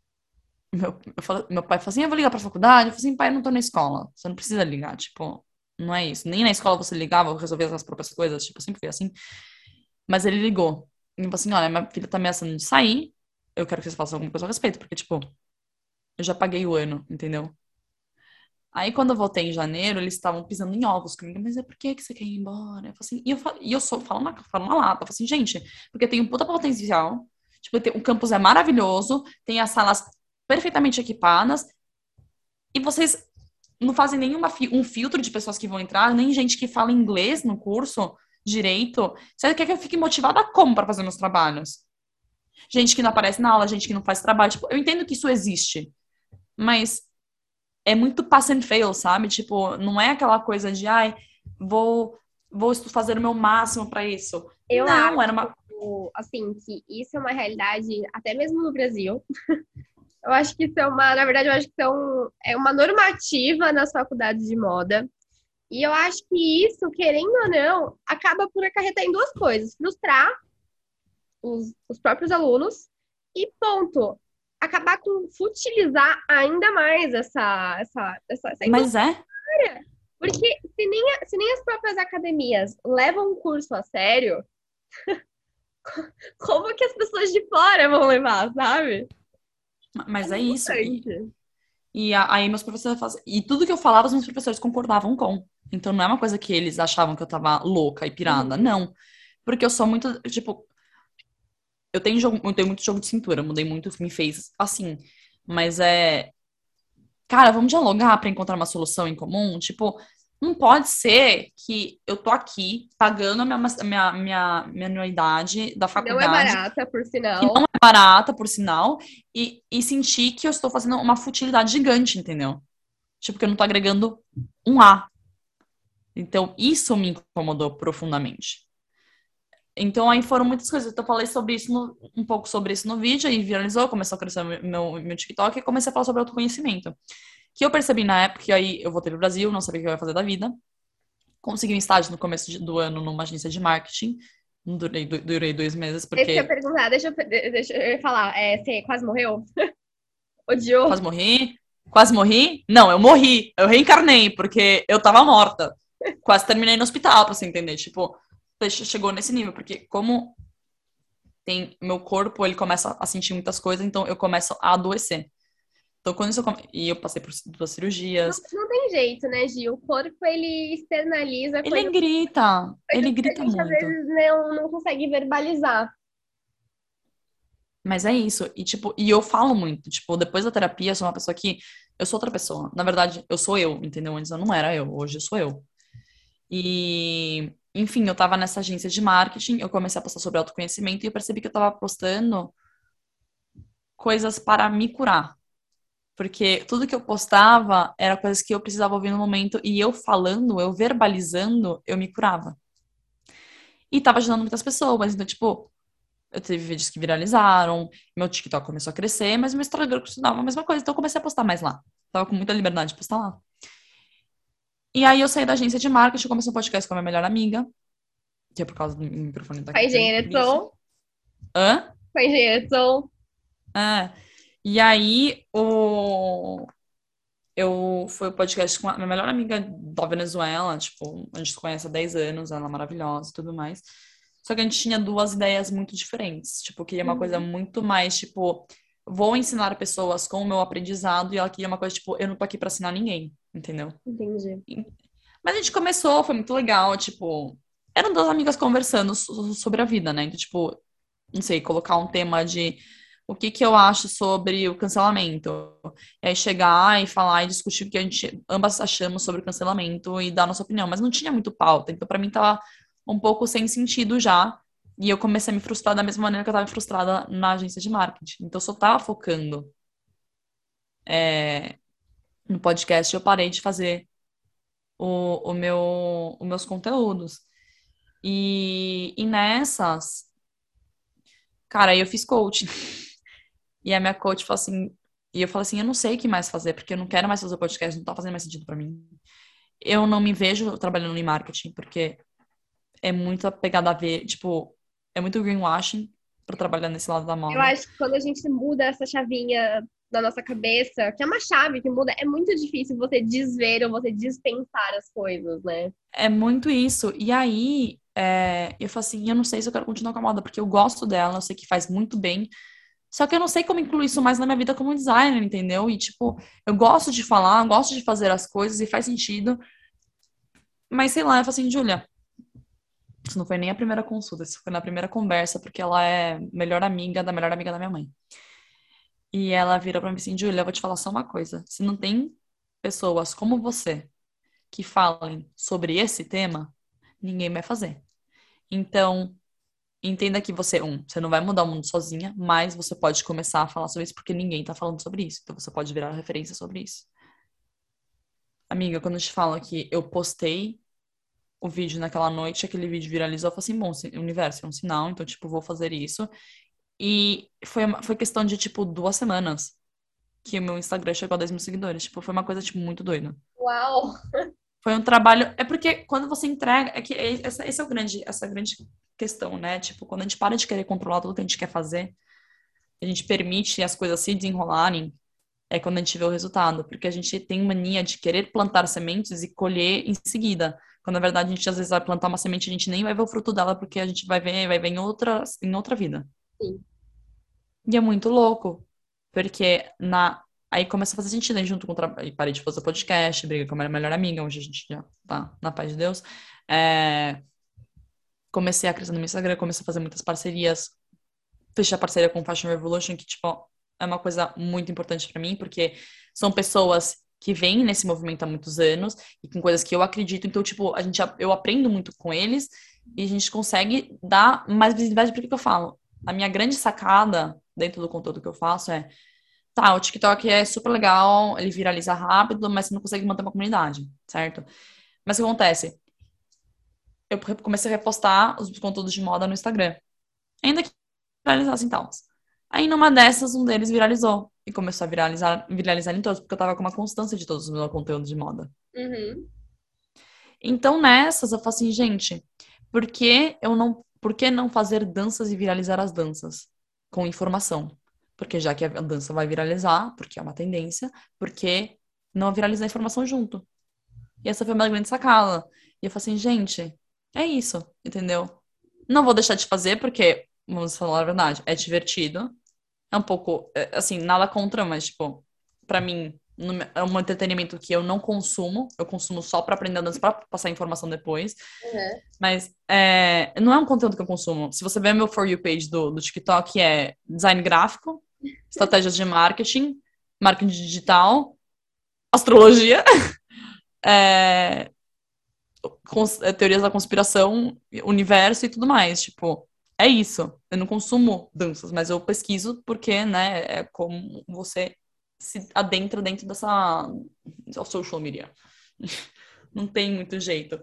meu pai falou assim, eu vou ligar pra faculdade, eu falei assim, pai, eu não tô na escola, você não precisa ligar, tipo, Não é isso. Nem na escola você ligava, resolvia as próprias coisas, tipo, sempre foi assim. Mas ele ligou. E falou assim, olha, minha filha tá ameaçando de sair, eu quero que vocês façam alguma coisa a respeito, porque, tipo, eu já paguei o ano, entendeu? Aí, quando eu voltei em janeiro, eles estavam pisando em ovos comigo. Mas é por que que você quer ir embora? Eu falei assim, falo na lata. Eu falo assim, gente, porque tem um puta potencial. Tipo, o campus é maravilhoso, tem as salas perfeitamente equipadas, e vocês não fazem um filtro de pessoas que vão entrar, nem gente que fala inglês no curso direito. Você quer que eu fique motivada como para fazer meus trabalhos? Gente que não aparece na aula, gente que não faz trabalho. Tipo, eu entendo que isso existe, mas é muito pass and fail, sabe? Tipo, não é aquela coisa de, ai, vou, vou fazer o meu máximo para isso. Eu Não, acho, era uma. assim, que isso é uma realidade, até mesmo no Brasil. Eu acho que isso é na verdade, eu acho que é uma normativa nas faculdades de moda. E eu acho que isso, querendo ou não, acaba por acarretar em duas coisas: frustrar os próprios alunos e ponto. Acabar com futilizar ainda mais essa Mas indústria. é. Porque se nem as próprias academias levam o curso a sério, como que as pessoas de fora vão levar, sabe? Mas é isso. Importante. Aí meus professores fazem. E tudo que eu falava, os meus professores concordavam com. Então não é uma coisa que eles achavam que eu tava louca e pirada. Uhum. Não. Porque eu sou muito. Tipo, eu tenho muito jogo de cintura, mudei muito, me fez assim. Mas é. Cara, vamos dialogar para encontrar uma solução em comum? Tipo, não pode ser que eu tô aqui pagando a minha anuidade da Não é faculdade, barata, por que não sinal. é barata, por sinal, e sentir que eu estou fazendo uma futilidade gigante, entendeu? Tipo, que eu não tô agregando um A. Então, isso me incomodou profundamente. Então, aí foram muitas coisas. Então, eu falei sobre isso, um pouco sobre isso no vídeo, aí viralizou, começou a crescer meu TikTok, e comecei a falar sobre autoconhecimento. Que eu percebi na época, que aí eu voltei pro Brasil, não sabia o que eu ia fazer da vida. Consegui um estágio no começo do ano numa agência de marketing. Durei 2 meses, Esse que eu ia porque perguntar, deixa eu falar, você quase morreu? Odiou? quase morri. Quase morri? Não, eu morri. Eu reencarnei, porque eu tava morta. Quase terminei no hospital, pra você entender. Tipo, chegou nesse nível, porque como tem meu corpo, ele começa a sentir muitas coisas, então eu começo a adoecer. Então, quando isso. E eu passei por 2 cirurgias. Não tem jeito, né, Gil? O corpo, ele externaliza Ele coisas que a grita gente, às muito. vezes, não consegue verbalizar. Mas é isso. E, tipo, e eu falo muito. Tipo, depois da terapia, eu sou uma pessoa que. Eu sou outra pessoa. Na verdade, eu sou eu, entendeu? Antes eu não era eu. Hoje eu sou eu. E. Enfim, eu tava nessa agência de marketing, eu comecei a postar sobre autoconhecimento e eu percebi que eu tava postando coisas para me curar. Porque tudo que eu postava era coisas que eu precisava ouvir no momento e eu falando, eu verbalizando, eu me curava. E tava ajudando muitas pessoas. Então, tipo, eu tive vídeos que viralizaram, meu TikTok começou a crescer, mas meu Instagram continuava a mesma coisa, então eu comecei a postar mais lá. Tava com muita liberdade de postar lá. E aí eu saí da agência de marketing, comecei um podcast com a minha melhor amiga, que é por causa do microfone Com a daqui, engenheira por de isso. som, Hã? com a engenheira de som. É. E aí eu fui o podcast com a minha melhor amiga da Venezuela, tipo, a gente se conhece há 10 anos, ela é maravilhosa e tudo mais. Só que a gente tinha duas ideias muito diferentes. Tipo, eu queria uma coisa Uhum, muito mais, tipo, vou ensinar pessoas com o meu aprendizado, e ela queria uma coisa, tipo, eu não tô aqui pra ensinar ninguém, entendeu? entendi. Mas a gente começou, foi muito legal, tipo, eram duas amigas conversando sobre a vida, né? Então, tipo, não sei, colocar um tema de o que que eu acho sobre o cancelamento. E aí chegar e falar e discutir o que a gente ambas achamos sobre o cancelamento e dar nossa opinião. Mas não tinha muito pauta, então pra mim tava um pouco sem sentido já. E eu comecei a me frustrar da mesma maneira que eu tava frustrada na agência de marketing. Então eu só tava focando no podcast e eu parei de fazer os meus conteúdos. E nessas, cara, aí eu fiz coaching. E a minha coach falou assim, e eu falei assim, eu não sei o que mais fazer, porque eu não quero mais fazer o podcast, não tá fazendo mais sentido pra mim. Eu não me vejo trabalhando em marketing, porque é muito pegada a ver, tipo, é muito greenwashing pra trabalhar nesse lado da Eu moda. acho que quando a gente muda essa chavinha na nossa cabeça, que é uma chave que muda, é muito difícil você desver ou você dispensar as coisas, né? É muito isso. E aí, eu falo assim, eu não sei se eu quero continuar com a moda, porque eu gosto dela, eu sei que faz muito bem. Só que eu não sei como incluir isso mais na minha vida como designer, entendeu? E, tipo, eu gosto de falar, gosto de fazer as coisas e faz sentido. Mas, sei lá, eu falo assim, Júlia, isso não foi nem a primeira consulta, isso foi na primeira conversa, porque ela é melhor amiga da minha mãe. E ela vira pra mim assim, Júlia, eu vou te falar só uma coisa. Se não tem pessoas como você que falem sobre esse tema, ninguém vai fazer. Então, entenda que você não vai mudar o mundo sozinha, mas você pode começar a falar sobre isso porque ninguém tá falando sobre isso. Então você pode virar referência sobre isso. Amiga, quando eu te falo que eu postei o vídeo naquela noite, aquele vídeo viralizou, eu falei assim, bom, o universo é um sinal, então, tipo, vou fazer isso. E foi questão de, tipo, 2 semanas que o meu Instagram chegou a 2.000 seguidores. Tipo, foi uma coisa, tipo, muito doida. Uau! Foi um trabalho. É porque quando você entrega. É que esse é essa grande questão, né? Tipo, quando a gente para de querer controlar tudo que a gente quer fazer, a gente permite as coisas se desenrolarem, é quando a gente vê o resultado. Porque a gente tem mania de querer plantar sementes e colher em seguida. Quando na verdade a gente às vezes vai plantar uma semente e a gente nem vai ver o fruto dela, porque a gente vai ver em outra vida. Sim. E é muito louco, porque aí começa a fazer sentido, aí junto com o trabalho, parei de fazer podcast, briga com a minha melhor amiga, hoje a gente já tá na paz de Deus. É, comecei a crescer no meu Instagram, comecei a fazer muitas parcerias, fechei a parceria com o Fashion Revolution, que, tipo, é uma coisa muito importante pra mim, porque são pessoas que vêm nesse movimento há muitos anos e com coisas que eu acredito, então, tipo, eu aprendo muito com eles e a gente consegue dar mais visibilidade para o que eu falo. A minha grande sacada dentro do conteúdo que eu faço é, tá, o TikTok é super legal, ele viraliza rápido, mas você não consegue manter uma comunidade, certo? Mas o que acontece? Eu comecei a repostar os conteúdos de moda no Instagram. Ainda que viralizassem tal. Aí numa dessas, um deles viralizou. E começou a viralizar em todos, porque eu tava com uma constância de todos os meus conteúdos de moda. Uhum. Então nessas, eu falo assim, gente, por que não fazer danças e viralizar as danças? Com informação. Porque já que a dança vai viralizar, porque é uma tendência, porque não viralizar a informação junto? E essa foi uma grande sacada. E eu falei assim, gente, é isso, entendeu? Não vou deixar de fazer, porque, vamos falar a verdade, é divertido. É um pouco, assim, nada contra, mas, tipo, pra mim, é um entretenimento que eu não consumo. Eu consumo só pra aprender a dança, pra passar informação depois. Uhum. Mas não é um conteúdo que eu consumo. Se você ver meu For You page do TikTok, é design gráfico, estratégias de marketing digital, astrologia, é, teorias da conspiração, universo e tudo mais. Tipo, é isso. Eu não consumo danças, mas eu pesquiso porque, né, é como você se adentra dentro dessa social media. Não tem muito jeito.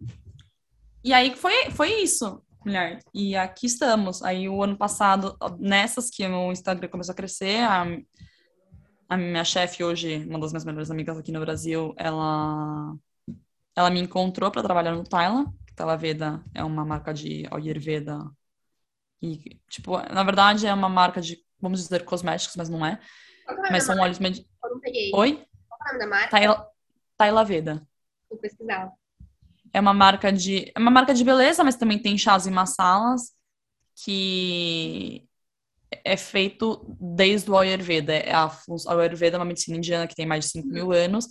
E aí foi isso, mulher. E aqui estamos. Aí o ano passado, nessas que o Instagram começou a crescer, a minha chefe hoje, uma das minhas melhores amigas aqui no Brasil, ela me encontrou para trabalhar no Tayla. Tayla Veda é uma marca de Ayurveda e, tipo, na verdade é uma marca de, vamos dizer, cosméticos, mas não é. Qual que é o nome Mas da são marca? óleos Eu não peguei. Oi? Qual que é o nome da marca? Tayla, Tayla Veda. Vou pesquisar. É uma marca de beleza, mas também tem chás e massalas que é feito desde o Ayurveda. A Ayurveda é uma medicina indiana que tem mais de 5.000 anos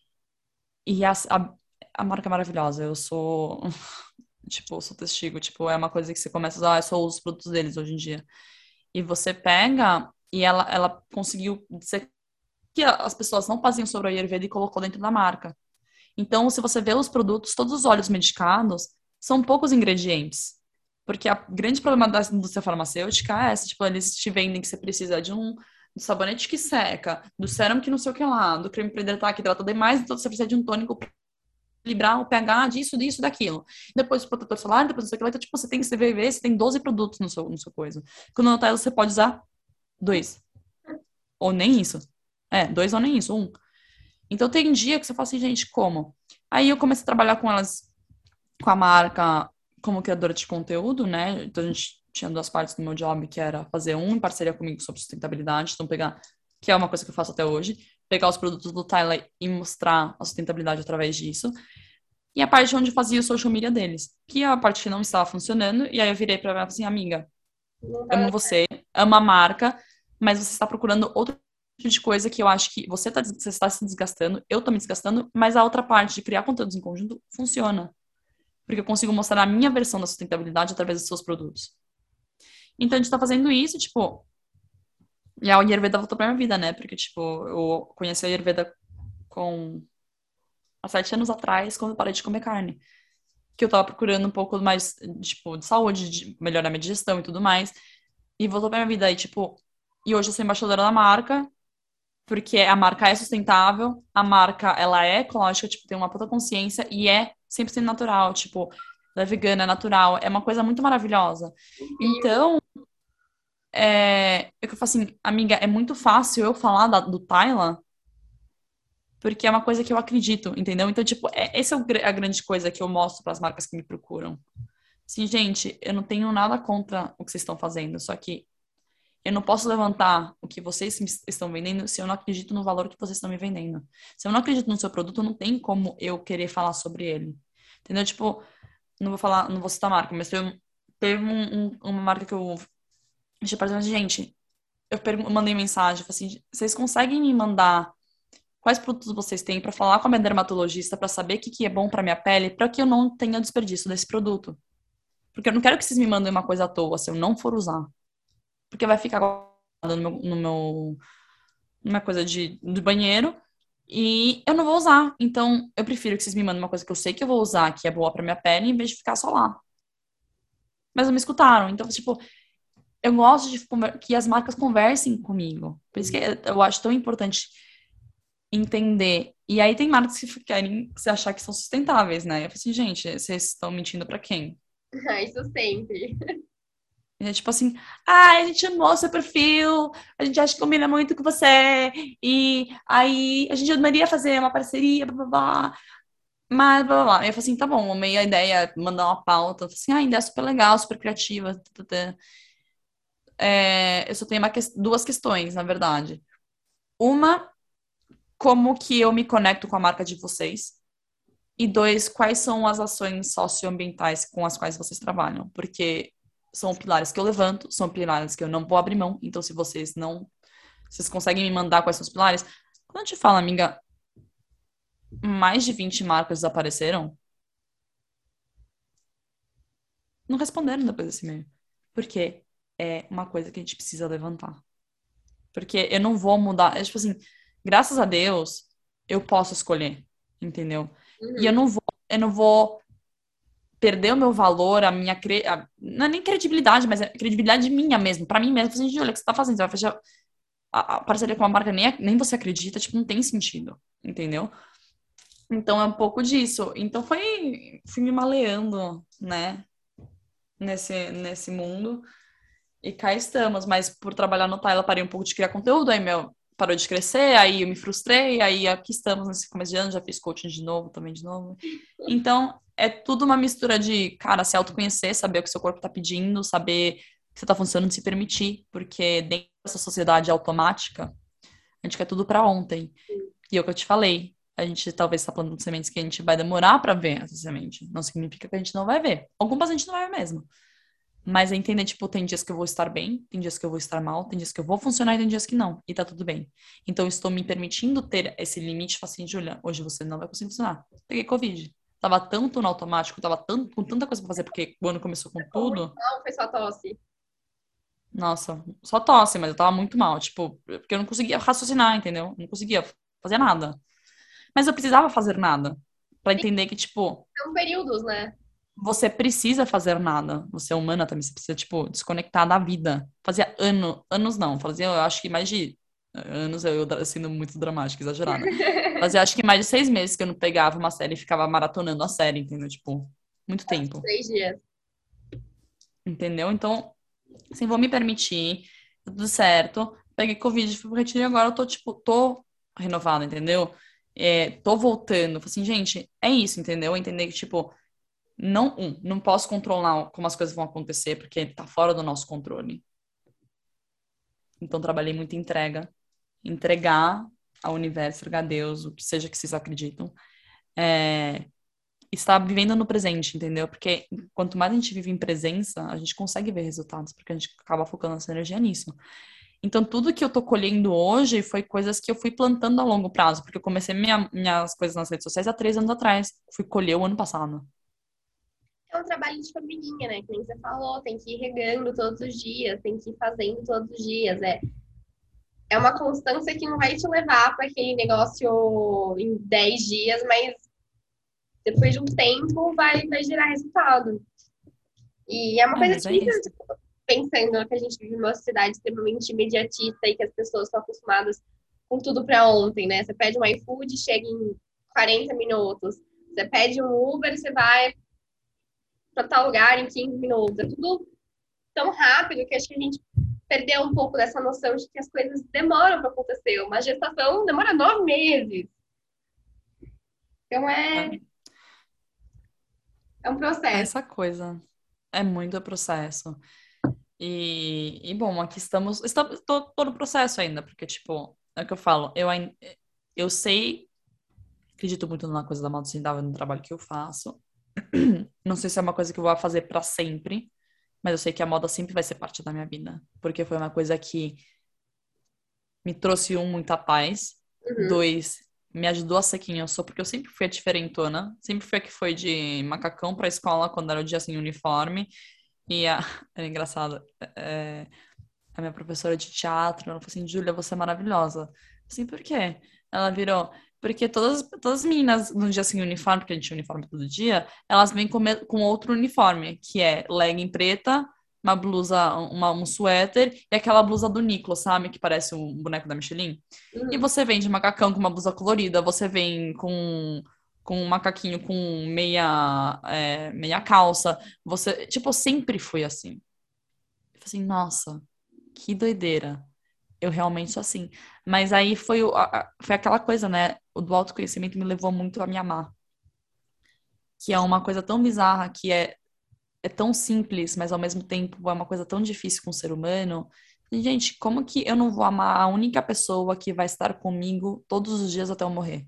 e a marca é maravilhosa. Eu sou tipo, eu sou testigo, tipo, é uma coisa que você começa a usar, eu só uso os produtos deles hoje em dia. E você pega, e ela conseguiu dizer que as pessoas não faziam sobre o Ayurveda e colocou dentro da marca. Então, se você vê os produtos, todos os óleos medicados, são poucos ingredientes. Porque o grande problema da indústria farmacêutica é esse, tipo, eles te vendem que você precisa de do sabonete que seca, do sérum que não sei o que lá, do creme para hidratar que hidrata demais, então você precisa de um tônico equilibrar o pH disso, daquilo. Depois o protetor solar, depois não sei o que lá. Então, tipo, você tem que ver, você tem 12 produtos no seu coisa. Quando no Nutella você pode usar 2. Ou nem isso. 2 ou nem isso, 1. Então tem dia que você fala assim, gente, como? Aí eu comecei a trabalhar com elas, com a marca, como criadora de conteúdo, né? Então a gente tinha 2 partes do meu job, que era fazer em parceria comigo sobre sustentabilidade. Então pegar que é uma coisa que eu faço até hoje, pegar os produtos do Tyler e mostrar a sustentabilidade através disso. E a parte onde eu fazia o social media deles, que é a parte que não estava funcionando, e aí eu virei pra ela assim, amiga, Não amo tá... você, amo a marca, mas você está procurando outro tipo de coisa que eu acho que você está se desgastando, eu tô me desgastando, mas a outra parte de criar conteúdos em conjunto funciona. Porque eu consigo mostrar a minha versão da sustentabilidade através dos seus produtos. Então a gente tá fazendo isso, tipo, e a Ayurveda voltou pra minha vida, né? Porque, tipo, eu conheci a Ayurveda com há 7 anos atrás, quando eu parei de comer carne. Que eu tava procurando um pouco mais, tipo, de saúde, de melhorar minha digestão e tudo mais. E voltou pra minha vida. E, tipo, e hoje eu sou embaixadora da marca, porque a marca é sustentável, a marca, ela é ecológica, tipo, tem uma puta consciência e é 100% natural, tipo, ela é vegana, é natural, é uma coisa muito maravilhosa. Incrível. Então, eu falo assim, amiga, é muito fácil eu falar do Tyla, porque é uma coisa que eu acredito, entendeu? Então, tipo, essa é a grande coisa que eu mostro para as marcas que me procuram. Assim, gente, eu não tenho nada contra o que vocês estão fazendo, só que eu não posso levantar o que vocês estão vendendo se eu não acredito no valor que vocês estão me vendendo. Se eu não acredito no seu produto, não tem como eu querer falar sobre ele. Entendeu? Tipo, não vou falar, não vou citar marca, mas teve uma marca que eu achei, por exemplo, gente, eu mandei mensagem, falei assim, vocês conseguem me mandar quais produtos vocês têm para falar com a minha dermatologista para saber o que, que é bom para minha pele, para que eu não tenha desperdício desse produto. Porque eu não quero que vocês me mandem uma coisa à toa se eu não for usar. Porque vai ficar guardado numa coisa de banheiro e eu não vou usar. Então, eu prefiro que vocês me mandem uma coisa que eu sei que eu vou usar, que é boa pra minha pele, em vez de ficar só lá. Mas não me escutaram. Então, tipo, eu gosto de que as marcas conversem comigo. Por isso que eu acho tão importante entender. E aí tem marcas que querem se achar que são sustentáveis, né? Eu falei assim, gente, vocês estão mentindo pra quem? Isso sempre. E é tipo assim, ah, a gente amou seu perfil, a gente acha que combina muito com você, e aí a gente adoraria fazer uma parceria, blá blá blá, mas blá blá blá. Eu falei assim, tá bom, amei a ideia, mandar uma pauta. Eu falei assim, ah, a ideia é super legal, super criativa. Tã, tã, tã. Eu só tenho duas questões, na verdade. Uma, como que eu me conecto com a marca de vocês? E dois, quais são as ações socioambientais com as quais vocês trabalham? Porque são pilares que eu levanto, são pilares que eu não vou abrir mão. Então, se vocês não, vocês conseguem me mandar quais são os pilares? Quando eu te falo, amiga, mais de 20 marcas desapareceram, não responderam depois desse e-mail. Porque é uma coisa que a gente precisa levantar. Porque eu não vou mudar. É tipo assim, graças a Deus, eu posso escolher, entendeu? E Uhum. eu não vou perder o meu valor, não é nem credibilidade, mas é credibilidade minha mesmo, pra mim mesmo. Assim, gente, olha o que você tá fazendo, você vai fechar a parceria com uma marca nem você acredita, tipo, não tem sentido, entendeu? Então é um pouco disso. Então fui me maleando, né, nesse mundo. E cá estamos, mas por trabalhar no Tyler, parei um pouco de criar conteúdo, aí meu parou de crescer, aí eu me frustrei, aí aqui estamos nesse começo de ano, já fiz coaching de novo, também de novo. Então, é tudo uma mistura de, cara, se autoconhecer, saber o que seu corpo tá pedindo, saber que você tá funcionando, se permitir, porque dentro dessa sociedade automática, a gente quer tudo pra ontem. E é o que eu te falei, a gente talvez está plantando sementes que a gente vai demorar pra ver essa semente. Não significa que a gente não vai ver. Algumas a gente não vai ver mesmo. Mas é entender, tipo, tem dias que eu vou estar bem, tem dias que eu vou estar mal, tem dias que eu vou funcionar e tem dias que não. E tá tudo bem. Então, eu estou me permitindo ter esse limite, falar assim, Julia, hoje você não vai conseguir funcionar. Peguei Covid. Tava tanto no automático, tava tanto, com tanta coisa pra fazer, porque o ano começou com Ficou muito tudo. mal, foi só tosse. Nossa, só tosse, mas eu tava muito mal. Tipo, porque eu não conseguia raciocinar, entendeu? Não conseguia fazer nada. Mas eu precisava fazer nada. Pra Sim, entender que, tipo, são períodos, né? você precisa fazer nada. Você é humana também, você precisa, tipo, desconectar da vida. Fazia anos não, fazia, eu acho que mais de anos, eu sendo muito dramática, exagerada. Fazia, acho que mais de 6 meses que eu não pegava uma série e ficava maratonando a série, entendeu? Tipo, muito tempo, 3 dias. entendeu? Então, assim, vou me permitir, tá tudo certo. Peguei Covid, fui pro retiro e agora eu tô, tipo, tô renovada, entendeu? Tô voltando. Falei assim, gente, é isso, entendeu? Entender que, tipo, não posso controlar como as coisas vão acontecer, porque tá fora do nosso controle. Então, trabalhei muito em entrega. entregar ao universo, entregar a Deus, o que seja que vocês acreditam, estar vivendo no presente, entendeu? Porque quanto mais a gente vive em presença, a gente consegue ver resultados, porque a gente acaba focando nossa energia nisso. Então, tudo que eu tô colhendo hoje foi coisas que eu fui plantando a longo prazo, porque eu comecei minhas coisas nas redes sociais há 3 anos atrás. Fui colher o ano passado. É um trabalho de formiguinha, né? Que nem você falou, tem que ir regando todos os dias, tem que ir fazendo todos os dias. É uma constância que não vai te levar para aquele negócio em 10 dias, mas depois de um tempo vai gerar resultado. E é uma coisa Mas é difícil, isso. tipo, pensando que a gente vive numa sociedade extremamente imediatista e que as pessoas estão acostumadas com tudo para ontem, né? Você pede um iFood, chega em 40 minutos. Você pede um Uber, você vai para tal lugar em 15 minutos. É tudo tão rápido que acho que a gente perdeu um pouco dessa noção de que as coisas demoram para acontecer. Uma gestação demora 9 meses. Então é um processo. Essa coisa é muito processo. Bom, aqui tô no processo ainda, porque, tipo, é o que eu falo, eu sei, acredito muito numa coisa da moda sustentável no trabalho que eu faço. Não sei se é uma coisa que eu vou fazer pra sempre, mas eu sei que a moda sempre vai ser parte da minha vida, porque foi uma coisa que me trouxe, muita paz, Uhum. 2, me ajudou a ser quem eu sou, porque eu sempre fui a diferentona, sempre fui a que foi de macacão pra escola quando era o dia sem uniforme, e era engraçado, é, a minha professora de teatro, ela falou assim, Júlia, você é maravilhosa. Assim, por quê? Ela virou, porque todas as meninas no dia sem uniforme, porque a gente tinha uniforme todo dia, elas vêm com outro uniforme, que é legging preta, uma blusa, um suéter e aquela blusa do Nicolas, sabe? Que parece um boneco da Michelin. E Uhum. você vem de macacão com uma blusa colorida, você vem com um macaquinho com meia calça. Você, tipo, eu sempre fui assim. Eu falei assim, nossa, que doideira. Eu realmente sou assim. Mas aí foi aquela coisa, né? O do autoconhecimento me levou muito a me amar. Que é uma coisa tão bizarra, que é tão simples, mas ao mesmo tempo é uma coisa tão difícil com o ser humano. E, gente, como que eu não vou amar a única pessoa que vai estar comigo todos os dias até eu morrer?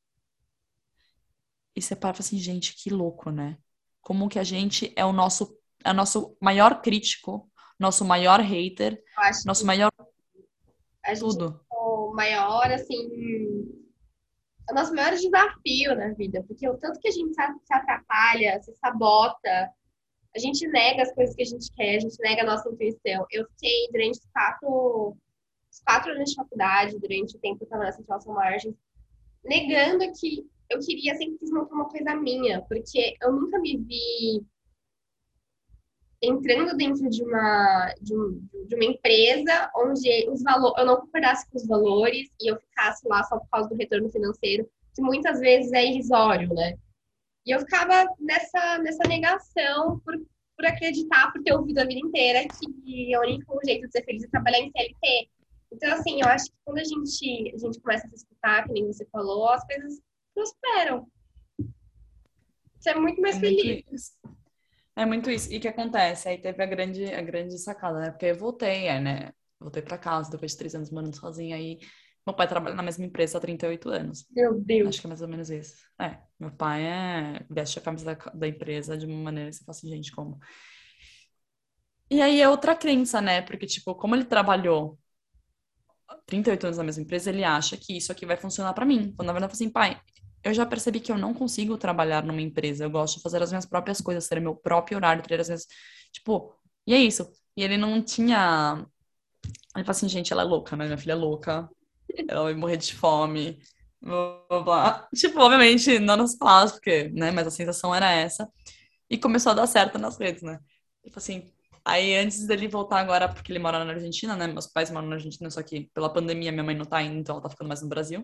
E você para e fala assim, gente, que louco, né? Como que a gente é o nosso maior crítico, nosso maior hater, Eu acho nosso que maior a gente é tudo. o maior, assim, é o nosso maior desafio na vida, porque o tanto que a gente se atrapalha, se sabota, a gente nega as coisas que a gente quer, a gente nega a nossa intuição. Eu fiquei durante os quatro anos de faculdade, durante o tempo que eu estava na Central São Margens, negando que eu queria sempre quis montar uma coisa minha, porque eu nunca me vi entrando dentro de uma empresa onde eu não concordasse com os valores e eu ficasse lá só por causa do retorno financeiro, que muitas vezes é irrisório, né? E eu ficava nessa negação por acreditar, por ter ouvido a vida inteira que o único jeito de ser feliz é trabalhar em CLT. Então, assim, eu acho que quando a gente começa a se escutar, que nem você falou, as coisas prosperam. Você é muito É mais muito feliz. isso. É muito isso. E o que acontece? Aí teve a grande sacada, né? Porque eu voltei, né? Voltei pra casa depois de 3 anos morando sozinha. Aí meu pai trabalha na mesma empresa há 38 anos. Meu Deus. Acho que é mais ou menos isso. Meu pai veste a camisa da empresa de uma maneira que você fala assim, gente, como? E aí é outra crença, né? Porque, tipo, como ele trabalhou 38 anos na mesma empresa, ele acha que isso aqui vai funcionar pra mim. Quando na verdade eu falo assim, pai, eu já percebi que eu não consigo trabalhar numa empresa. Eu gosto de fazer as minhas próprias coisas, ter meu próprio horário, ter as minhas. Tipo, e é isso. E ele não tinha. Ele fala assim, gente, ela é louca, né? Minha filha é louca. Ela vai morrer de fome. Blá, blá, blá. Tipo, obviamente, não nas palavras, porque, né? Mas a sensação era essa. E começou a dar certo nas redes, né? Tipo assim, aí antes dele voltar agora, porque ele mora na Argentina, né? Meus pais moram na Argentina, só que pela pandemia minha mãe não tá indo, então ela tá ficando mais no Brasil.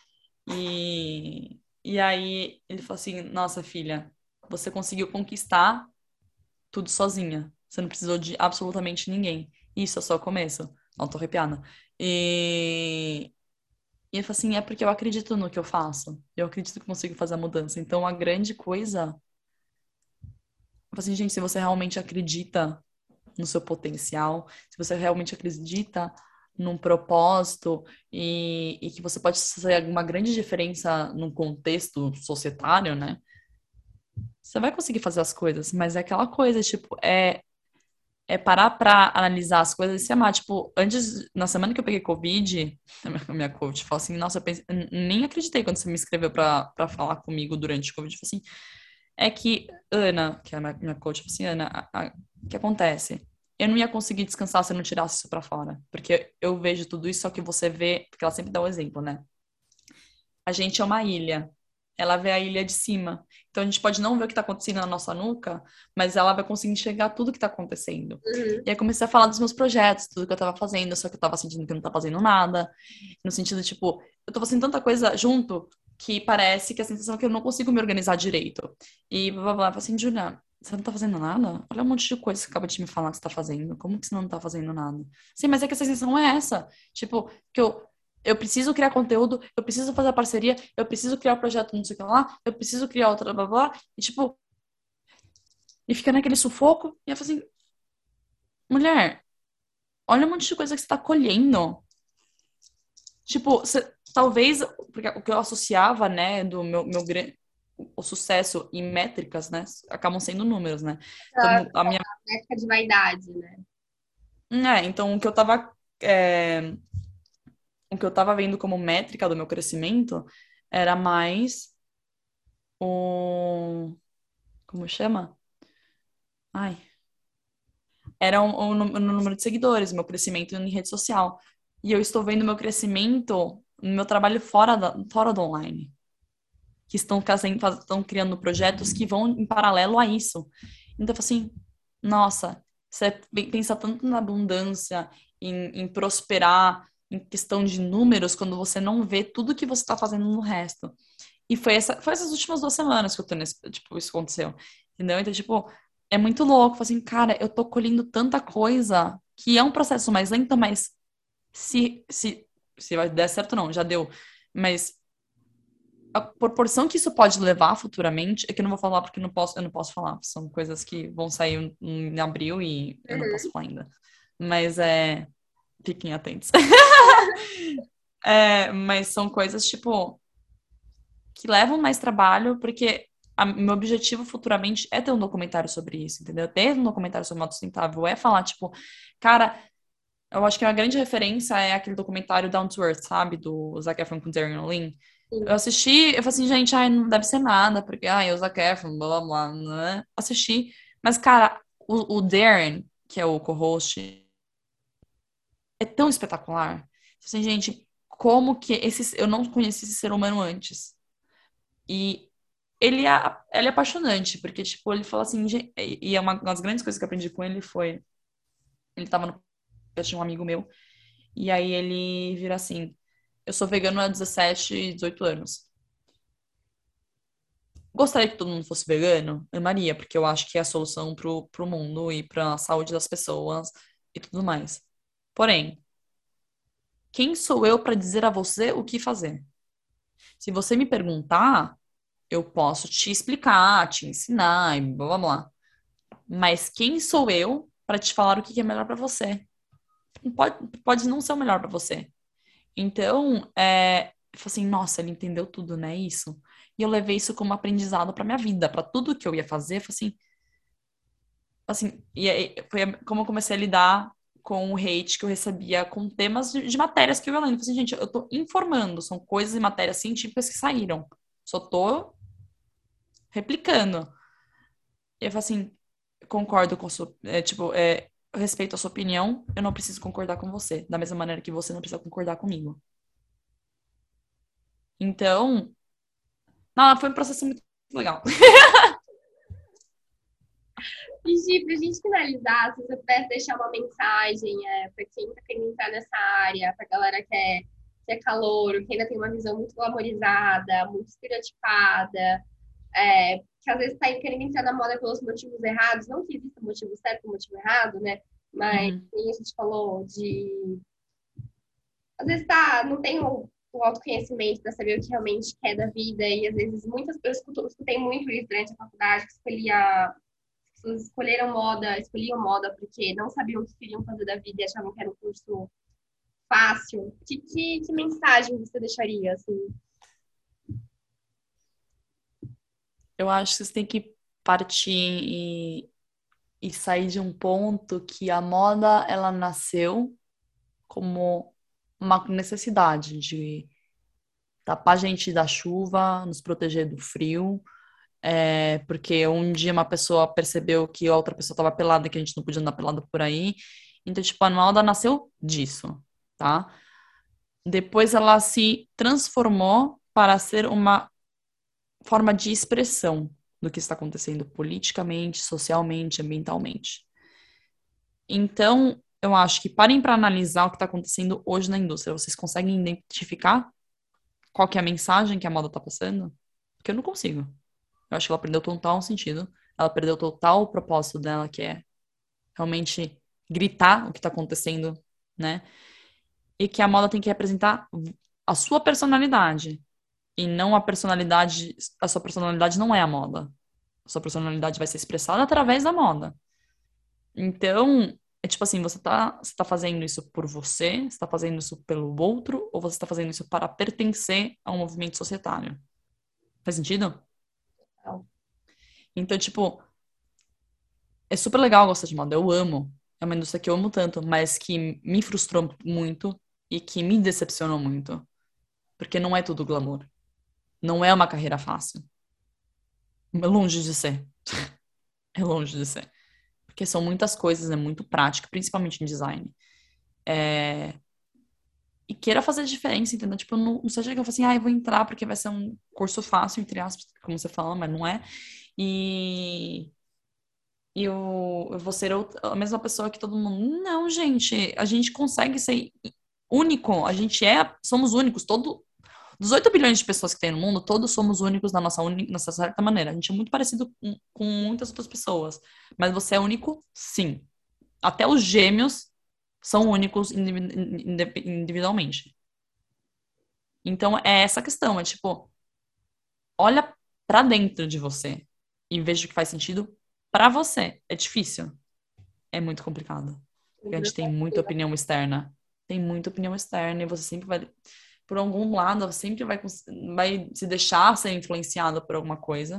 E aí ele falou assim, nossa filha, você conseguiu conquistar tudo sozinha. Você não precisou de absolutamente ninguém. Isso é só o começo. Não, tô arrepiada. E ele falou assim, é porque eu acredito no que eu faço. Eu acredito que consigo fazer a mudança. Então a grande coisa falei assim, gente, se você realmente acredita no seu potencial, se você realmente acredita num propósito e que você pode ser uma grande diferença num contexto societário, né? Você vai conseguir fazer as coisas, mas é aquela coisa, tipo, é parar pra analisar as coisas e se amar. Tipo, antes, na semana que eu peguei Covid, a minha coach falou assim, nossa, nem acreditei quando você me escreveu pra falar comigo durante o Covid. Eu falei assim, é que Ana, que é a minha coach, falou assim, Ana, o que acontece? Eu não ia conseguir descansar se eu não tirasse isso pra fora. Porque eu vejo tudo isso, só que você vê, porque ela sempre dá o exemplo, né? A gente é uma ilha. Ela vê a ilha de cima. Então a gente pode não ver o que está acontecendo na nossa nuca, mas ela vai conseguir enxergar tudo o que está acontecendo. Uhum. E aí comecei a falar dos meus projetos, tudo que eu estava fazendo, só que eu estava sentindo que eu não estava fazendo nada. No sentido, tipo, eu tô fazendo tanta coisa junto que parece que a sensação é que eu não consigo me organizar direito. E blá blá blá. Eu falei assim, Julia, você não tá fazendo nada? Olha um monte de coisa que você acaba de me falar que você tá fazendo. Como que você não tá fazendo nada? Sim, mas é que a sensação é essa. Tipo, que eu preciso criar conteúdo, eu preciso fazer parceria, eu preciso criar um projeto não sei o que lá, eu preciso criar outra blá blá blá. E tipo, e fica naquele sufoco. E eu falo assim, mulher, olha um monte de coisa que você tá colhendo. Tipo, talvez, porque o que eu associava, né, do o sucesso em métricas, né, acabam sendo números, né? Então, a minha. Ética de vaidade, né? Então, é, o que eu tava vendo como métrica do meu crescimento era mais o. Como chama? Ai. Era o número de seguidores, meu crescimento em rede social. E eu estou vendo meu crescimento no meu trabalho fora do online. Que estão criando projetos que vão em paralelo a isso. Então, eu falo assim, nossa, você pensa tanto na abundância, em prosperar, em questão de números, quando você não vê tudo que você está fazendo no resto. E foi essas últimas 2 semanas que eu tô nesse, tipo, isso aconteceu. Entendeu? Então, tipo, é muito louco. Falo assim, cara, eu tô colhendo tanta coisa que é um processo mais lento, mas se, se, se vai dar certo, não, já deu. Mas a proporção que isso pode levar futuramente é que eu não vou falar porque eu não posso falar. São coisas que vão sair em abril e eu não Uhum. posso falar ainda. Mas fiquem atentos. Mas são coisas, tipo, que levam mais trabalho, porque meu objetivo futuramente é ter um documentário sobre isso, entendeu? Ter um documentário sobre modo sustentável é falar, tipo, cara, eu acho que uma grande referência é aquele documentário Down to Earth, sabe? Do Zac Efron com Darren Lin. Eu Sim. assisti, eu falei assim, gente, ai, não deve ser nada, porque, ai, o Zac Efron, blá, blá, blá, né? Assisti. Mas, cara, o Darren, que é o co-host, é tão espetacular. Assim, gente, como que eu não conheci esse ser humano antes? E ele é apaixonante, porque, tipo, ele fala assim, e é uma das grandes coisas que eu aprendi com ele foi, ele tava no podcast de um amigo meu, e aí ele vira assim, eu sou vegano há 17 e 18 anos. Gostaria que todo mundo fosse vegano? Amaria, porque eu acho que é a solução pro mundo e pra saúde das pessoas e tudo mais. Porém, quem sou eu para dizer a você o que fazer? Se você me perguntar, eu posso te explicar, te ensinar e blá blá blá. Mas quem sou eu para te falar o que é melhor para você? Pode não ser o melhor para você. Então, eu falei assim, nossa, ele entendeu tudo, né? Isso. E eu levei isso como aprendizado para minha vida, para tudo que eu ia fazer. Eu falei assim, e aí foi como eu comecei a lidar com o hate que eu recebia com temas de matérias que eu ia lendo. Eu falei assim, gente, eu tô informando, são coisas e matérias científicas que saíram. Só tô replicando. E eu falei assim, concordo com a sua, tipo, eu respeito a sua opinião, eu não preciso concordar com você, da mesma maneira que você não precisa concordar comigo. Então, não, foi um processo muito legal. E, Gi, pra gente finalizar, se você pudesse deixar uma mensagem para quem tá querendo entrar nessa área, pra galera que é calouro, que ainda tem uma visão muito glamorizada, muito estereotipada, que às vezes tá querendo entrar na moda pelos motivos errados, não que exista motivo certo e motivo errado, né? Mas, Uhum. como a gente falou, às vezes não tem o autoconhecimento para saber o que realmente quer da vida, e às vezes eu escutei muito isso durante a faculdade, que as pessoas escolhiam moda porque não sabiam o que queriam fazer da vida e achavam que era um curso fácil, que mensagem você deixaria, assim? Eu acho que você tem que partir e sair de um ponto que a moda, ela nasceu como uma necessidade de tapar a gente da chuva, nos proteger do frio, porque um dia uma pessoa percebeu que a outra pessoa estava pelada e que a gente não podia andar pelado por aí. Então, tipo, a moda nasceu disso, tá? Depois ela se transformou para ser uma forma de expressão do que está acontecendo politicamente, socialmente, ambientalmente. Então, eu acho que parem para analisar o que está acontecendo hoje na indústria. Vocês conseguem identificar qual que é a mensagem que a moda está passando? Porque eu não consigo. Eu acho que ela perdeu total sentido. Ela perdeu total o propósito dela, que é realmente gritar o que está acontecendo, né? E que a moda tem que representar a sua personalidade. E não a personalidade. A sua personalidade não é a moda. A sua personalidade vai ser expressada através da moda. Então, é tipo assim, você tá fazendo isso por você tá fazendo isso pelo outro, ou você tá fazendo isso para pertencer a um movimento societário? Faz sentido? Não. Então, tipo, é super legal gostar de moda, eu amo. É uma indústria que eu amo tanto, mas que me frustrou muito e que me decepcionou muito. Porque não é tudo glamour. Não é uma carreira fácil. É longe de ser. É longe de ser. Porque são muitas coisas, é muito prático, principalmente em design. E queira fazer diferença, entendeu? Tipo, não seja que eu falo assim, eu vou entrar porque vai ser um curso fácil, entre aspas, como você fala, mas não é. E, eu vou ser a mesma pessoa que todo mundo. Não, gente, a gente consegue ser único, somos únicos. Dos 8 bilhões de pessoas que tem no mundo, todos somos únicos na nossa certa maneira. A gente é muito parecido com muitas outras pessoas. Mas você é único, sim. Até os gêmeos são únicos individualmente. Então é essa questão, é tipo, olha pra dentro de você e veja o que faz sentido pra você. É difícil, é muito complicado. Porque a gente tem muita opinião externa. Tem muita opinião externa e você sempre vai, por algum lado, você sempre vai se deixar ser influenciada por alguma coisa.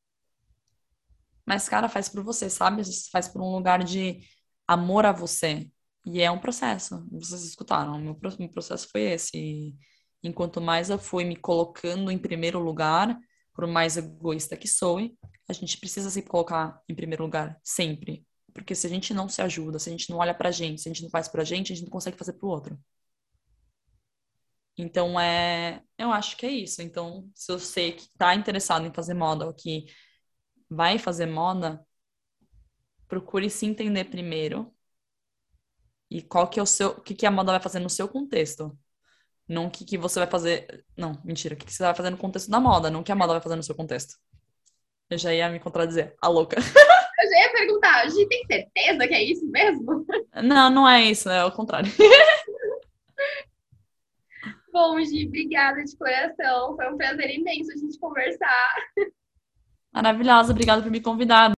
Mas, cara, faz por você, sabe? Faz por um lugar de amor a você. E é um processo. Vocês escutaram, meu processo foi esse. E enquanto mais eu fui me colocando em primeiro lugar, por mais egoísta que soe, a gente precisa se colocar em primeiro lugar, sempre. Porque se a gente não se ajuda, se a gente não olha pra gente, se a gente não faz pra gente, a gente não consegue fazer pro outro. Então, eu acho que é isso. Então, se você que tá interessado em fazer moda ou que vai fazer moda, procure se entender primeiro e qual que é o que a moda vai fazer no seu contexto. Não o que você vai fazer. Não, mentira. O que você vai fazer no contexto da moda, não o que a moda vai fazer no seu contexto. Eu já ia me contradizer. A louca. Eu já ia perguntar, Gi, tem certeza que é isso mesmo? Não, não é isso, é o contrário. Bom, Gi, obrigada de coração. Foi um prazer imenso a gente conversar. Maravilhosa, obrigada por me convidar.